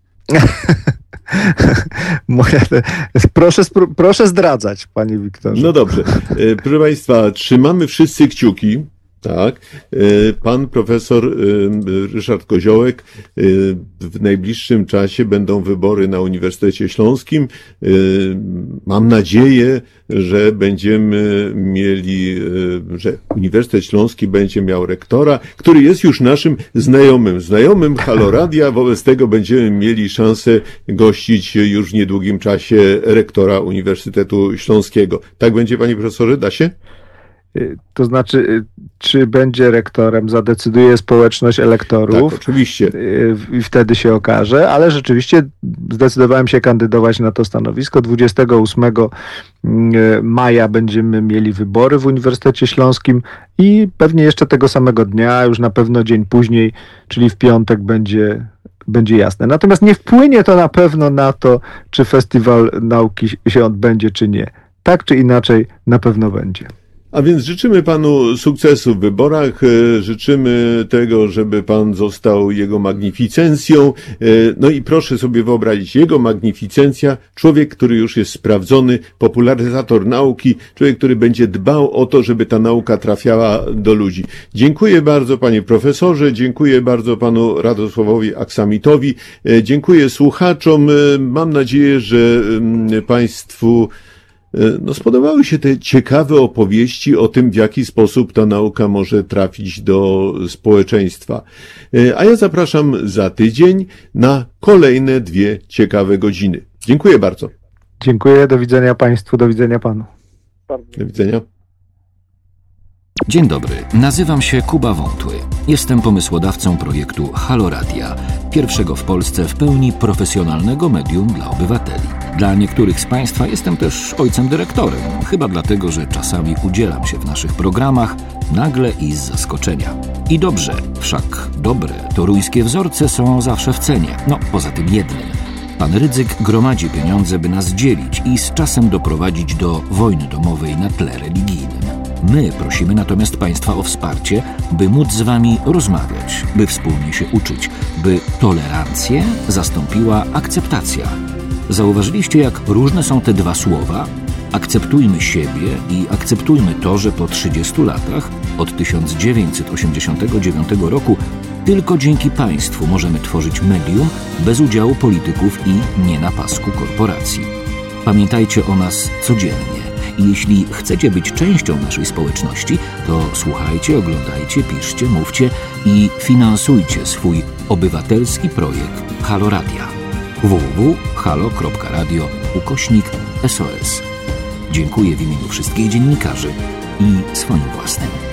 Moja, proszę, proszę zdradzać, panie Wiktorze. No dobrze. Proszę państwa, trzymamy wszyscy kciuki. Tak. Pan profesor Ryszard Koziołek, w najbliższym czasie będą wybory na Uniwersytecie Śląskim. Mam nadzieję, że będziemy mieli, że Uniwersytet Śląski będzie miał rektora, który jest już naszym znajomym, znajomym Halo Radia, wobec tego będziemy mieli szansę gościć już w niedługim czasie rektora Uniwersytetu Śląskiego. Tak będzie, panie profesorze? Da się? To znaczy, czy będzie rektorem, zadecyduje społeczność elektorów. Tak, oczywiście. I wtedy się okaże, ale rzeczywiście zdecydowałem się kandydować na to stanowisko. dwudziestego ósmego maja będziemy mieli wybory w Uniwersytecie Śląskim i pewnie jeszcze tego samego dnia, już na pewno dzień później, czyli w piątek będzie będzie jasne. Natomiast nie wpłynie to na pewno na to, czy Festiwal Nauki się odbędzie, czy nie. Tak czy inaczej, na pewno będzie. A więc życzymy panu sukcesu w wyborach, życzymy tego, żeby pan został jego magnificencją. No i proszę sobie wyobrazić, jego magnificencja, człowiek, który już jest sprawdzony, popularyzator nauki, człowiek, który będzie dbał o to, żeby ta nauka trafiała do ludzi. Dziękuję bardzo, panie profesorze, dziękuję bardzo panu Radosławowi Aksamitowi, dziękuję słuchaczom. Mam nadzieję, że państwu no, spodobały się te ciekawe opowieści o tym, w jaki sposób ta nauka może trafić do społeczeństwa. A ja zapraszam za tydzień na kolejne dwie ciekawe godziny. Dziękuję bardzo. Dziękuję, do widzenia Państwu, do widzenia Panu. Do widzenia. Dzień dobry, nazywam się Kuba Wątły. Jestem pomysłodawcą projektu Halo Radia, pierwszego w Polsce w pełni profesjonalnego medium dla obywateli. Dla niektórych z Państwa jestem też ojcem dyrektorem, chyba dlatego, że czasami udzielam się w naszych programach nagle i z zaskoczenia. I dobrze, wszak dobre toruńskie wzorce są zawsze w cenie, no poza tym jednym. Pan Rydzyk gromadzi pieniądze, by nas dzielić i z czasem doprowadzić do wojny domowej na tle religijnym. My prosimy natomiast Państwa o wsparcie, by móc z Wami rozmawiać, by wspólnie się uczyć, by tolerancję zastąpiła akceptacja. Zauważyliście, jak różne są te dwa słowa? Akceptujmy siebie i akceptujmy to, że po trzydziestu latach, od tysiąc dziewięćset osiemdziesiątego dziewiątego roku, tylko dzięki państwu możemy tworzyć medium bez udziału polityków i nie na pasku korporacji. Pamiętajcie o nas codziennie. I jeśli chcecie być częścią naszej społeczności, to słuchajcie, oglądajcie, piszcie, mówcie i finansujcie swój obywatelski projekt Halo Radia. w w w kropka halo kropka radio ukośnik S O S. Dziękuję w imieniu wszystkich dziennikarzy i swoim własnym.